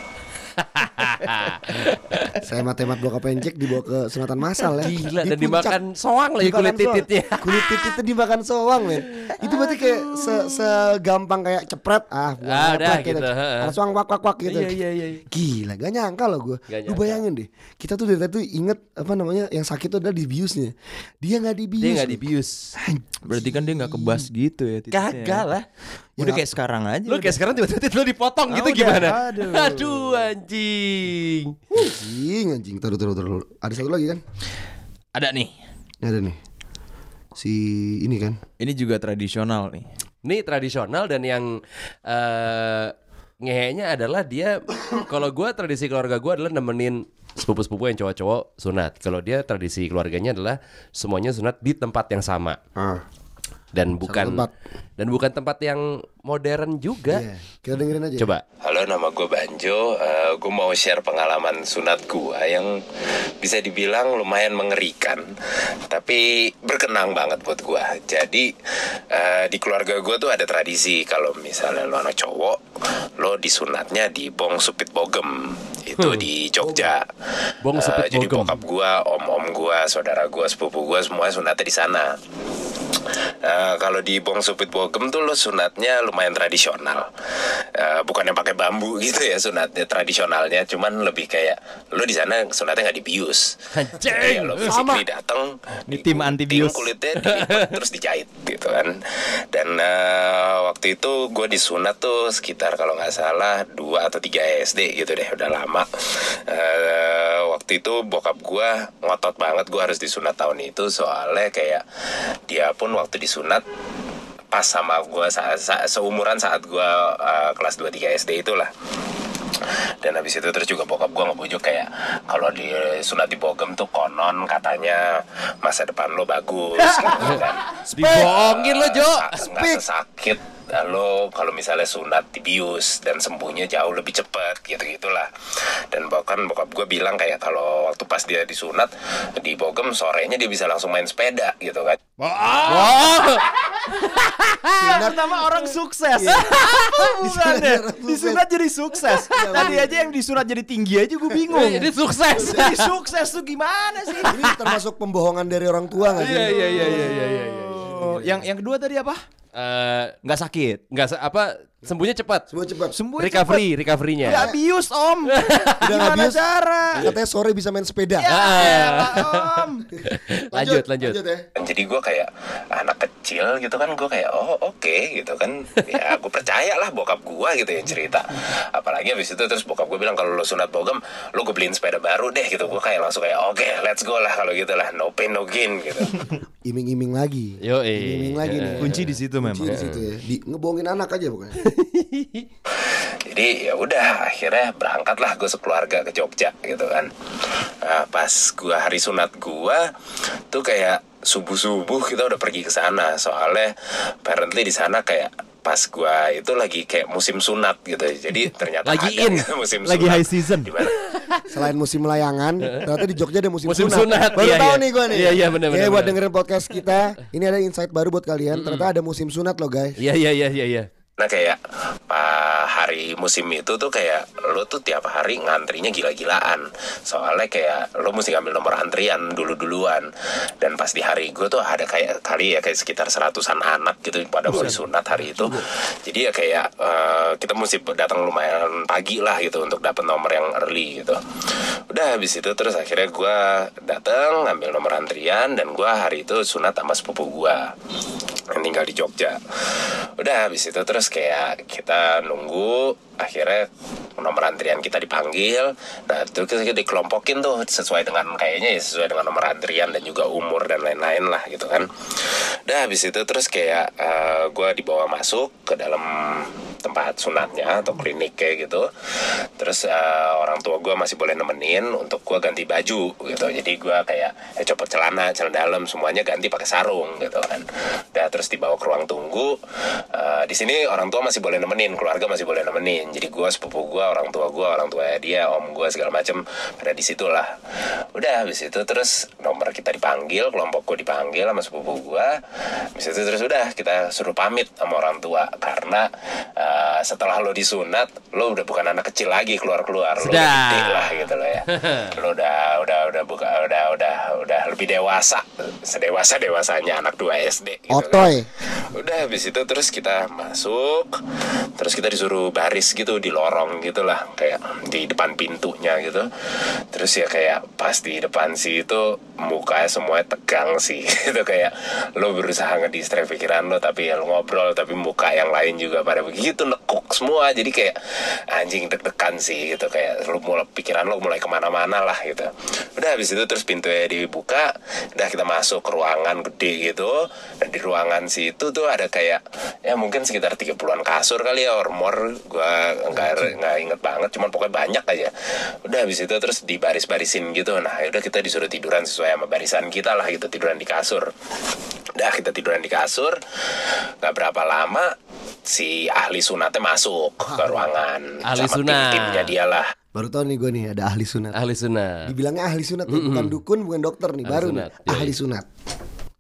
Saya hemat bokap Encek dibawa ke sunatan massal ya. Gila, Di dan puncak. dimakan soang lagi kulit Dimakan soang. tititnya. Kulit tititnya dimakan soang men. Itu berarti kayak segampang kayak cepret. Udah gitu. Ada soang wak gitu. Iya. Gila, gak nyangka loh gue. Lu bayangin deh, kita tuh dari tadi tuh inget apa namanya, yang sakit tuh adalah dibiusnya. Dia gak dibius. Dia gak dibius. Berarti kan dia gak kebas gitu ya titiknya. Kagak lah. Udah kayak sekarang aja. Lu kayak sekarang tiba-tiba titit lu dipotong gitu udah, gimana? aduh. Anjing. Anjing. Taruh. Ada satu lagi kan? Ada nih. Ada nih. Si ini kan. Ini juga tradisional nih. Ini tradisional dan yang ngehenya adalah dia. Kalau gue tradisi keluarga gue adalah nemenin sepupu-sepupu yang cowok-cowok sunat. Kalau dia tradisi keluarganya adalah semuanya sunat di tempat yang sama. Dan bukan tempat yang modern juga. Iya. Kita dengerin aja. Coba. Halo, nama gue Banjo. Gue mau share pengalaman sunat gue yang bisa dibilang lumayan mengerikan, tapi berkenang banget buat gue. Jadi di keluarga gue tuh ada tradisi kalau misalnya lo anak cowok, lo disunatnya di Bong Supit Bogem. Itu di Jogja. Bong Supit Jadi Bogem. bokap gue, om gue, saudara gue, sepupu gue semuanya sunatnya di sana. Kalau di Bong Supit Bogem tuh lo sunatnya lumayan tradisional. Bukan yang pakai bambu gitu ya sunatnya tradisionalnya, cuman lebih kayak lo di sana sunatnya nggak dibius. Jadi lo basically datang Ini tim anti bius. kulitnya dilipat terus dijahit gitu kan. Dan waktu itu gue disunat tuh sekitar kalau nggak salah 2 atau 3 SD gitu deh, udah lama. Waktu itu bokap gue ngotot banget gue harus disunat tahun itu, soalnya kayak dia pun waktu disunat pas sama gue seumuran saat gue kelas 2-3 SD itulah. Dan habis itu terus juga bokap gue ngebujuk kayak kalau disunat di Bogem tuh konon katanya masa depan lo bagus gitu kan. Dibohongin lo, Jo. Nggak sesakit lo kalau misalnya sunat dibius, dan sembuhnya jauh lebih cepat gitu-gitulah. Dan bahkan bokap gue bilang kayak kalau waktu pas dia disunat di Bogem sorenya dia bisa langsung main sepeda gitu kan. Pertama orang sukses. Bukannya disunat jadi sukses. Tadi aja yang disunat jadi tinggi aja gue bingung. Jadi sukses. Jadi sukses tuh gimana sih? Ini termasuk pembohongan dari orang tua nggak sih? Iya. Yang kedua tadi apa? Nggak sakit. Sembuhnya cepat. Semua cepat. Sembuh Recovery-nya. Ya bius om. Udah Gimana habis. cara? Katanya sore bisa main sepeda. Om. Lanjut. ya. Jadi gue kayak anak kecil gitu kan, gue kayak oke gitu kan. Ya gue percaya lah bokap gue gitu yang cerita. Apalagi habis itu terus bokap gue bilang kalau lo sunat Bogem lo gue beliin sepeda baru deh gitu. Gue kayak langsung kayak oke, let's go lah kalau gitu lah, no pain no gain gitu. Iming-iming lagi. Iming-iming lagi nih. Kunci di situ memang. Kunci di situ ya. Ngebohongin anak aja pokoknya. Jadi ya udah akhirnya berangkatlah gue sekeluarga ke Jogja gitu kan. Nah, pas gue hari sunat gue tuh kayak subuh kita udah pergi ke sana, soalnya apparently di sana kayak pas gua itu lagi kayak musim sunat gitu. Jadi ternyata Lagi ada in, musim lagi sunat. high season. Dimana? Selain musim layangan, ternyata di Jogja ada musim sunat. Baru Iya, tahu iya. nih gue nih. Iya, benar. Buat dengerin podcast kita, ini ada insight baru buat kalian. Ternyata ada musim sunat loh guys. Iya. Nah kayak hari musim itu tuh kayak lo tuh tiap hari ngantrinya gila-gilaan. Soalnya kayak lo mesti ngambil nomor antrian duluan. Dan pas di hari gue tuh ada kayak kayak sekitar 100-an anak gitu pada mau disunat hari itu. Jadi ya kayak kita mesti datang lumayan pagi lah gitu untuk dapat nomor yang early gitu. Udah habis itu terus akhirnya gue datang ngambil nomor antrian, dan gue hari itu sunat sama sepupu gue yang tinggal di Jogja. Udah habis itu terus kayak kita nunggu, akhirnya nomor antrian kita dipanggil. Nah itu kita dikelompokin tuh sesuai dengan kayaknya ya sesuai dengan nomor antrian dan juga umur dan lain-lain lah gitu kan. Udah habis itu terus kayak gue dibawa masuk ke dalam tempat sunatnya atau klinik kayak gitu. Terus orang tua gue masih boleh nemenin untuk gue ganti baju gitu. Jadi gue kayak copot celana dalam semuanya ganti pakai sarung gitu kan. Udah terus dibawa ke ruang tunggu. Di sini orang tua masih boleh nemenin, keluarga masih boleh nemenin. Jadi gue, sepupu gue, orang tua dia, om gue segala macem pada di situ lah. Udah habis itu terus nomor kita dipanggil, kelompok gue dipanggil sama sepupu gue. Habis itu terus udah kita suruh pamit sama orang tua karena setelah lo disunat lo udah bukan anak kecil lagi keluar lo udah gede lah gitu lo ya. Lo udah lebih dewasa, sedewasanya anak 2 SD gitu Otoy. kan. Udah habis itu terus kita masuk, terus kita disuruh baris gitu di lorong gitulah, kayak di depan pintunya gitu. Terus ya kayak pas di depan sih itu mukanya semuanya tegang sih gitu, kayak lo berusaha ngedistract pikiran lo tapi ya lo ngobrol, tapi muka yang lain juga pada begitu nekuk semua. Jadi kayak anjing deg-degan sih gitu, kayak lo mulai pikiran lo mulai kemana-mana lah gitu. Udah habis itu terus pintunya dibuka, udah kita masuk ke ruangan gede gitu. Dan di ruangan situ tuh ada kayak ya mungkin sekitar 30-an kasur kali ya, or more, gue nggak inget banget, cuman pokoknya banyak aja. Udah habis itu terus dibaris-barisin gitu. Nah udah kita disuruh tiduran sesuai sama barisan kita lah gitu, tiduran di kasur. Udah kita tiduran di kasur, nggak berapa lama si ahli sunatnya masuk ke ruangan. Ahli sama sunat. timnya dia lah. Baru tahu nih gue nih ada ahli sunat. Ahli sunat. Dibilangnya ahli sunat, bukan dukun, bukan dokter nih, Ahli baru sunat, nih ahli sunat.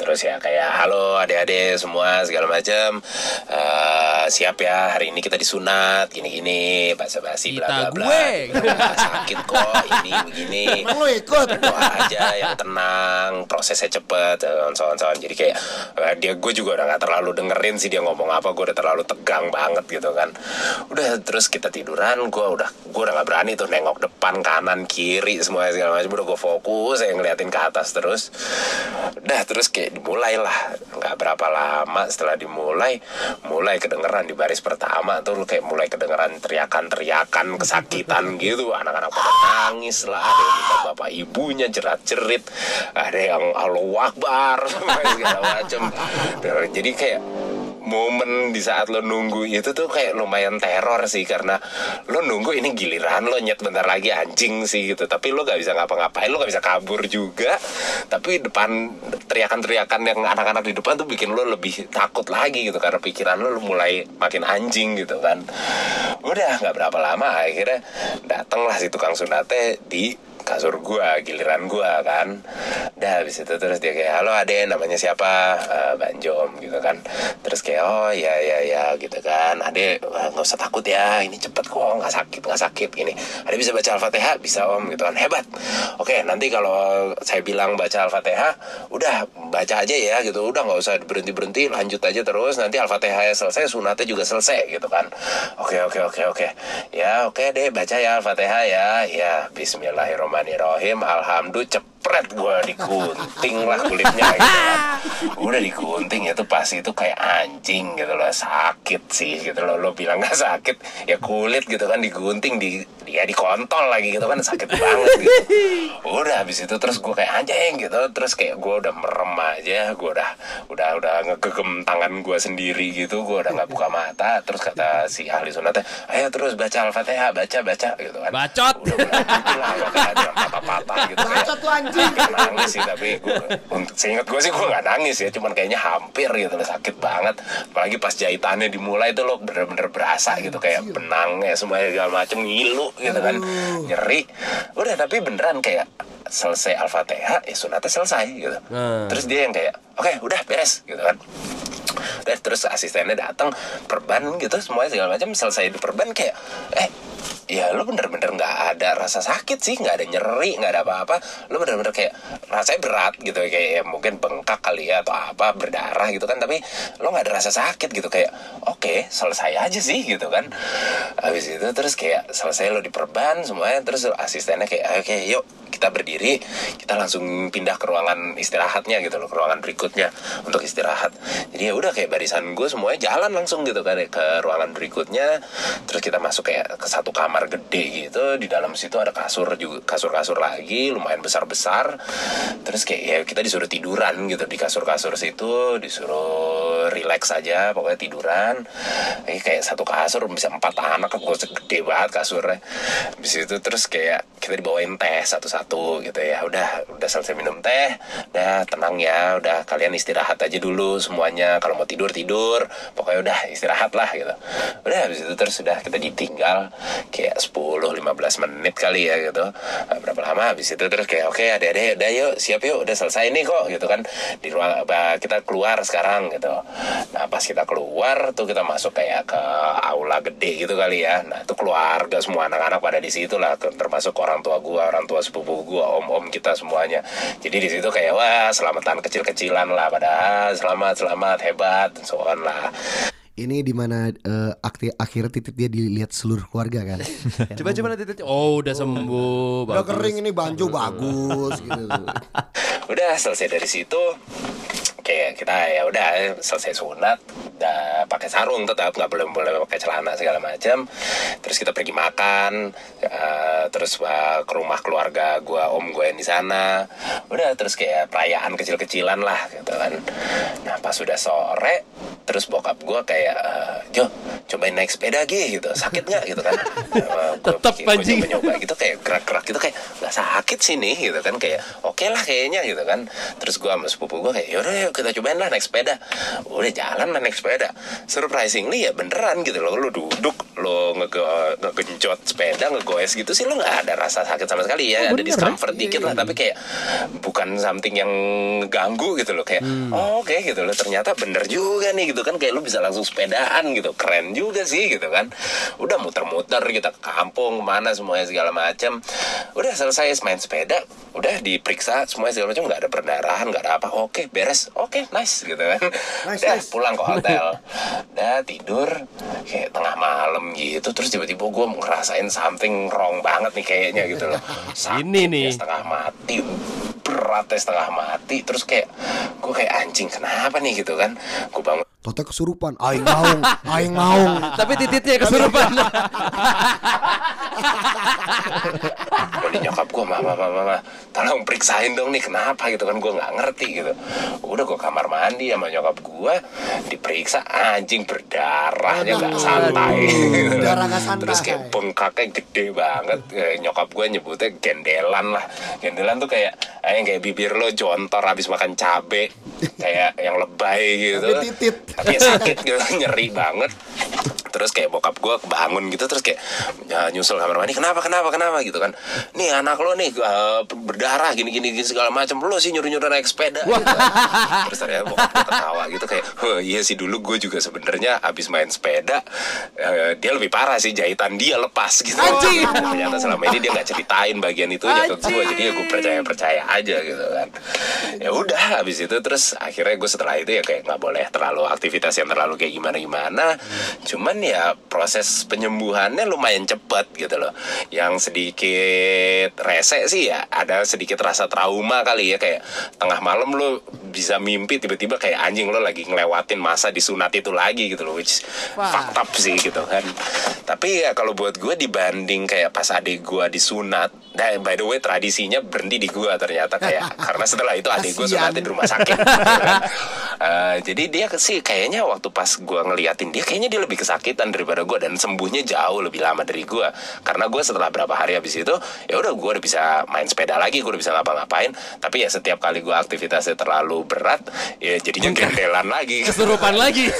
terus ya kayak halo adik-adik semua segala macam. Siap ya, hari ini kita disunat gini-gini, basa-basi bla bla bla. Nggak sakit kok, ini begini. Emang lo ikut? Doa aja yang tenang, prosesnya cepet, soal-soal. Jadi kayak gue juga udah nggak terlalu dengerin sih dia ngomong apa, gue udah terlalu tegang banget gitu kan. Udah terus kita tiduran, gue udah nggak berani tuh nengok depan kanan kiri semuanya segala macam. Udah gue fokus saya ngeliatin ke atas terus. Udah terus kayak dimulai lah, nggak berapa lama setelah mulai kedengeran di baris pertama tuh kayak mulai kedengeran teriakan kesakitan gitu, anak-anak pada nangis lah, ada yang minta bapak ibunya jerat-jerit, ada yang Allahu Akbar segala macam. Jadi kayak momen di saat lo nunggu itu tuh kayak lumayan teror sih, karena lo nunggu ini giliran lo nyet bentar lagi anjing sih gitu, tapi lo gak bisa ngapa-ngapain, lo gak bisa kabur juga, tapi depan teriakan-teriakan yang anak-anak di depan tuh bikin lo lebih takut lagi gitu, karena pikiran lo mulai makin anjing gitu kan. Udah gak berapa lama akhirnya dateng lah si tukang sunatnya di kasur gua, giliran gua kan. Dah habis itu terus dia kayak halo ade, namanya siapa? Banjom gitu kan. Terus kayak oh ya gitu kan. Ade nggak usah takut ya, ini cepet kok, nggak sakit gini. Ade bisa baca Al-Fatihah? Bisa om gitu kan. Hebat. Oke, nanti kalau saya bilang baca Al-Fatihah, udah baca aja ya gitu. Udah nggak usah berhenti, lanjut aja terus. Nanti Al-Fatihah selesai, sunatnya juga selesai gitu kan. Oke. Ya oke deh, baca ya Al-Fatihah ya. Ya Bismillahirrahmanirrahim. Alhamdulillah, cepret gue digunting lah kulitnya gitu kan. Udah digunting itu pas itu kayak anjing gitu loh, sakit sih gitu loh. Lo bilang gak sakit ya kulit gitu kan, digunting dikontol lagi gitu kan, sakit banget gitu. Udah habis itu terus gue kayak anjing gitu, terus kayak gue udah merem aja, gue udah ngegegem tangan gue sendiri gitu, gue udah nggak buka mata. Terus kata si ahli sunatnya, ayo terus baca Al-Fatihah, baca gitu kan. Bacot. Udah patah-patah gitu. Bacot tuh anjing. Nangis sih, tapi seingat gue sih gue nggak nangis ya, cuman kayaknya hampir gitu loh, sakit banget. Apalagi pas jahitannya dimulai tuh lo bener-bener berasa gitu kayak benang ya semuanya segala macem ngilu gitu kan, nyeri. Udah tapi beneran kayak selesai Al-Fatihah ya sunatnya selesai gitu. Terus dia yang kayak oke, udah beres gitu kan. Terus asistennya datang perban gitu semuanya segala macam, selesai diperban kayak ya lo bener-bener nggak ada rasa sakit sih, nggak ada nyeri, nggak ada apa-apa. Lo bener-bener kayak rasanya berat gitu, kayak ya mungkin bengkak kali ya atau apa, berdarah gitu kan, tapi lo nggak ada rasa sakit gitu, kayak oke, selesai aja sih gitu kan. Habis itu terus kayak selesai lo diperban semuanya, terus asistennya kayak oke, yuk kita berdiri, kita langsung pindah ke ruangan istirahatnya gitu loh, ke ruangan berikutnya untuk istirahat. Jadi ya udah kayak barisan gue semuanya jalan langsung gitu kan ke ruangan berikutnya. Terus kita masuk kayak ke satu kamar gede gitu, di dalam situ ada kasur juga, kasur lagi lumayan besar-besar. Terus kayak ya kita disuruh tiduran gitu di kasur-kasur situ, disuruh relax aja pokoknya tiduran. Kayak satu kasur bisa 4 anak, gue gede banget kasurnya. Habis itu terus kayak kita dibawain teh satu-satu gitu ya. Udah selesai minum teh, udah tenang ya, udah kalian istirahat aja dulu semuanya, kalau mau tidur pokoknya udah istirahat lah gitu. Udah habis itu terus sudah kita ditinggal kayak 10-15 menit kali ya gitu. Berapa lama habis itu terus kayak oke adek-adek udah yuk, siap yuk, udah selesai nih kok gitu kan. Di ruang kita keluar sekarang gitu. Nah pas kita keluar tuh kita masuk kayak ke aula gede gitu kali ya. Nah itu keluarga semua anak-anak pada di situ lah, termasuk orang tua gua, orang tua sepupu gua, om-om kita semuanya. Jadi di situ kayak wah selamatan kecil-kecilan lah, pada selamat hebat soal lah. Ini dimana akhirnya titik dia dilihat seluruh keluarga kan. Coba nanti. Oh, udah sembuh. Udah kering ini, banjo bagus gitu. Udah selesai dari situ kayak kita ya udah selesai sunat, udah pakai sarung tetap, nggak boleh pakai celana segala macam. Terus kita pergi makan, terus ke rumah keluarga gua, om gue yang di sana. Udah terus kayak perayaan kecil-kecilan lah gitu kan. Nah pas sudah sore, terus bokap gua kayak Jo, cobain naik sepeda gitu, sakit nggak gitu kan? Tetap anjing. Gue nyoba gitu kayak gerak-gerak gitu kayak nggak sakit sih nih gitu kan, kayak oke lah kayaknya gitu kan. Terus gua sama sepupu gua kayak yaudah yuk kita cobain lah naik sepeda. Udah jalan lah naik sepeda. Surprisingly ya beneran gitu loh, lu duduk lo ngegenjot sepeda, ngegoes gitu sih, lo nggak ada rasa sakit sama sekali ya. Ada discomfort dikit lah, tapi kayak bukan something yang ganggu gitu loh. Kayak oke gitu loh, ternyata bener juga nih gitu kan. Kayak lo bisa langsung sepedaan gitu, keren juga sih gitu kan. Udah muter-muter kita ke kampung mana semuanya segala macam. Udah selesai main sepeda, udah diperiksa semuanya segala macam, nggak ada perdarahan, nggak ada apa. Oke, beres, oke, nice gitu kan. Udah pulang ke hotel, udah tidur kayak tengah malam gitu, terus tiba-tiba gue ngerasain something wrong banget nih kayaknya gitu loh. Ini nih. Setengah mati, beratnya setengah mati, terus kayak gue kayak anjing kenapa nih gitu kan. Gue bangun, Tota kesurupan, aing maung. Tapi tititnya kesurupan. Udah nyokap gue, mama, tolong periksain dong nih kenapa gitu kan. Gue nggak ngerti gitu. Udah gue kamar mandi sama nyokap gue, diperiksa, anjing berdarahnya nggak santai. Darah nggak santai. Terus kayak bengkaknya gede banget. Nyokap gue nyebutnya gendelan lah. Gendelan tuh kayak bibir lo jontor habis makan cabe, kayak yang lebay gitu. Tapi titit. Tapi sakit gitu, nyeri banget. Terus kayak bokap gue bangun gitu, terus kayak nyusul kamar mandi, kenapa gitu kan. Nih anak lo nih berdarah gini segala macam, lo sih nyuruh naik sepeda gitu kan. Terus ternyata bokap gue ketawa gitu kayak, iya sih dulu gue juga sebenarnya abis main sepeda, dia lebih parah sih, jahitan dia lepas gitu. Ternyata selama ini dia nggak ceritain bagian itunya ke gue, jadi ya gue percaya aja gitu kan. Ya udah abis itu terus akhirnya gue setelah itu ya kayak nggak boleh terlalu aktivitas yang terlalu kayak gimana. Cuman ya proses penyembuhannya lumayan cepat gitu loh. Yang sedikit rese sih ya ada sedikit rasa trauma kali ya, kayak tengah malam lo bisa mimpi tiba-tiba kayak anjing lo lagi ngelewatin masa disunat itu lagi gitu loh, which fucked up sih gitu kan. Tapi ya kalau buat gue dibanding kayak pas adik gue disunat, nah by the way tradisinya berhenti di gue ternyata kayak karena setelah itu adik gue sunatnya di rumah sakit gitu kan. Jadi dia sih kayaknya waktu pas gue ngeliatin dia, kayaknya dia lebih kesakitan daripada gue, dan sembuhnya jauh lebih lama dari gue. Karena gue setelah berapa hari habis itu ya udah gue udah bisa main sepeda lagi, gue udah bisa ngapa-ngapain. Tapi ya setiap kali gue aktivitasnya terlalu berat ya jadinya gendelan lagi, Kesurupan lagi.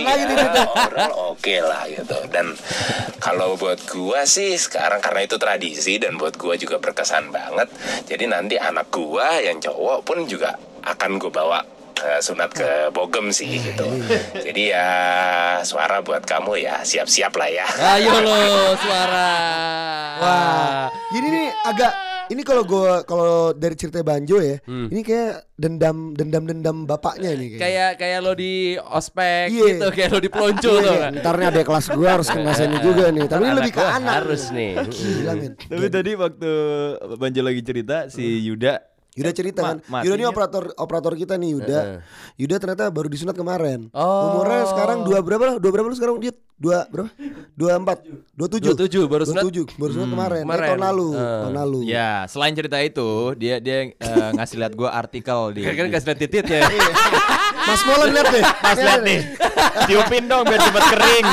oke lah gitu. Dan kalau buat gue sih sekarang karena itu tradisi dan buat gue juga berkesan banget, jadi nanti anak gue yang cowok pun juga akan gue bawa sunat ke Bogem sih gitu. Jadi ya suara buat kamu ya siap-siap lah ya. Ayo lo suara. Wah, gini nih agak ini kalau dari cerita Banjo ya, ini kayak dendam bapaknya nih Kayak lo di ospek Iya. gitu, kayak lo di pelonco tuh. Ntar nih ada kelas gue harus kena juga nih. Tapi ini lebih ke gua anak. harus nih. Gila men. Tapi tadi waktu Banjo lagi cerita si Yuda Cerita kan. matinya- Yuda ini operator kita nih Yuda. Yuda ternyata baru disunat kemarin. Oh. Umurnya sekarang 2 berapa lu sekarang dia? 2 berapa? 24. 27. 27 baru sunat. 27 baru sunat kemarin. Kemarin. Tahun lalu. Ya, selain cerita itu, dia ngasih lihat gue artikel di. Kan kasih lihat titit ya. Mas Molen lihat deh. Mas lihat nih, tiupin dong biar cepet kering.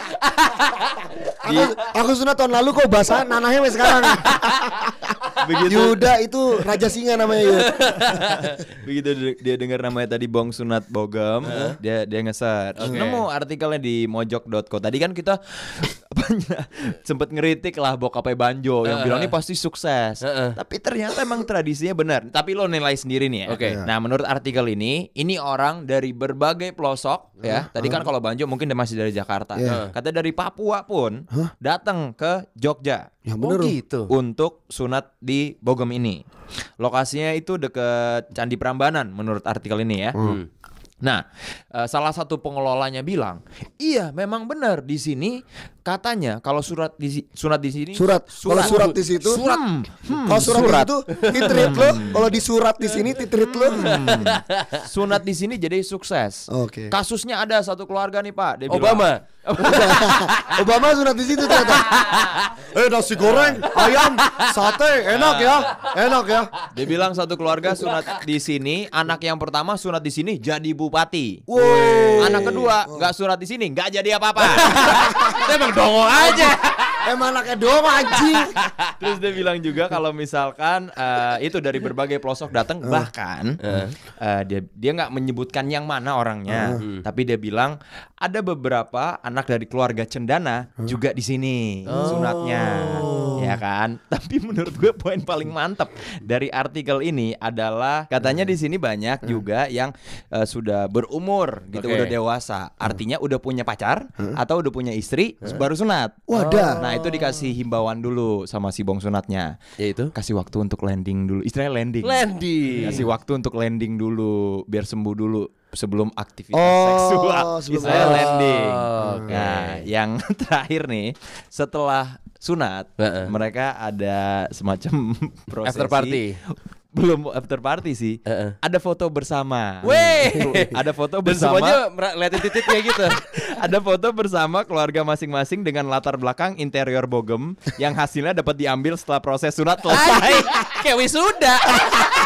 Aku sunat tahun lalu kok basah nanahnya sampai sekarang. Begitu Yuda itu raja singa namanya Yuda. begitu dia dengar namanya tadi Bong Sunat Bogem, dia nge-search. Nemu artikelnya di mojok.co. Tadi kan kita sempet ngeritik lah bokapnya Banjo yang bilang ini pasti sukses. Tapi ternyata emang tradisinya benar. Tapi lo nilai sendiri nih ya. Oke. Nah, menurut artikel ini orang dari berbagai pelosok ya. Tadi kan kalau Banjo mungkin dia masih dari Jakarta. Kata dari Papua pun datang ke Jogja. Ya bener loh. gitu. Untuk sunat di Bogem ini. Lokasinya itu deket Candi Prambanan menurut artikel ini ya. Nah, salah satu pengelolanya bilang, iya memang benar di sini katanya kalau sunat di sini Surat. Kalau surat di situ. Kalau surat itu titrit lo. Kalau di surat di sini titrit lo. sunat di sini jadi sukses. Oke. Kasusnya ada satu keluarga nih Pak, dia bilang, Obama. Obama sunat di situ ternyata. Nasi goreng, ayam, sate, enak ya. Dia bilang satu keluarga sunat di sini, anak yang pertama sunat di sini jadi bupati. Wow. Anak kedua nggak sunat di sini, nggak jadi apa-apa. Emang dongo aja. Emang anaknya doang anjing. Terus dia bilang juga kalau misalkan itu dari berbagai pelosok datang, bahkan dia nggak menyebutkan yang mana orangnya, tapi dia bilang ada beberapa anak dari keluarga cendana juga di sini sunatnya, ya kan? Tapi menurut gue poin paling mantap dari artikel ini adalah katanya di sini banyak juga yang sudah berumur gitu, udah dewasa, artinya udah punya pacar atau udah punya istri baru sunat. Wadah. Nah itu dikasih himbauan dulu sama si bong sunatnya, Yaitu kasih waktu untuk landing dulu, istilahnya landing. Kasih waktu untuk landing dulu biar sembuh dulu sebelum aktivitas seksual. sebelum Istilahnya landing. Oke. Nah, yang terakhir nih, setelah sunat, mereka ada semacam prosesi. After party. Belum after party sih. Ada foto bersama. Weh. Ada foto Dan bersama. semuanya liatin titiknya gitu. Ada foto bersama keluarga masing-masing dengan latar belakang interior bogem yang hasilnya dapat diambil setelah proses sunat selesai. Kayak wisuda.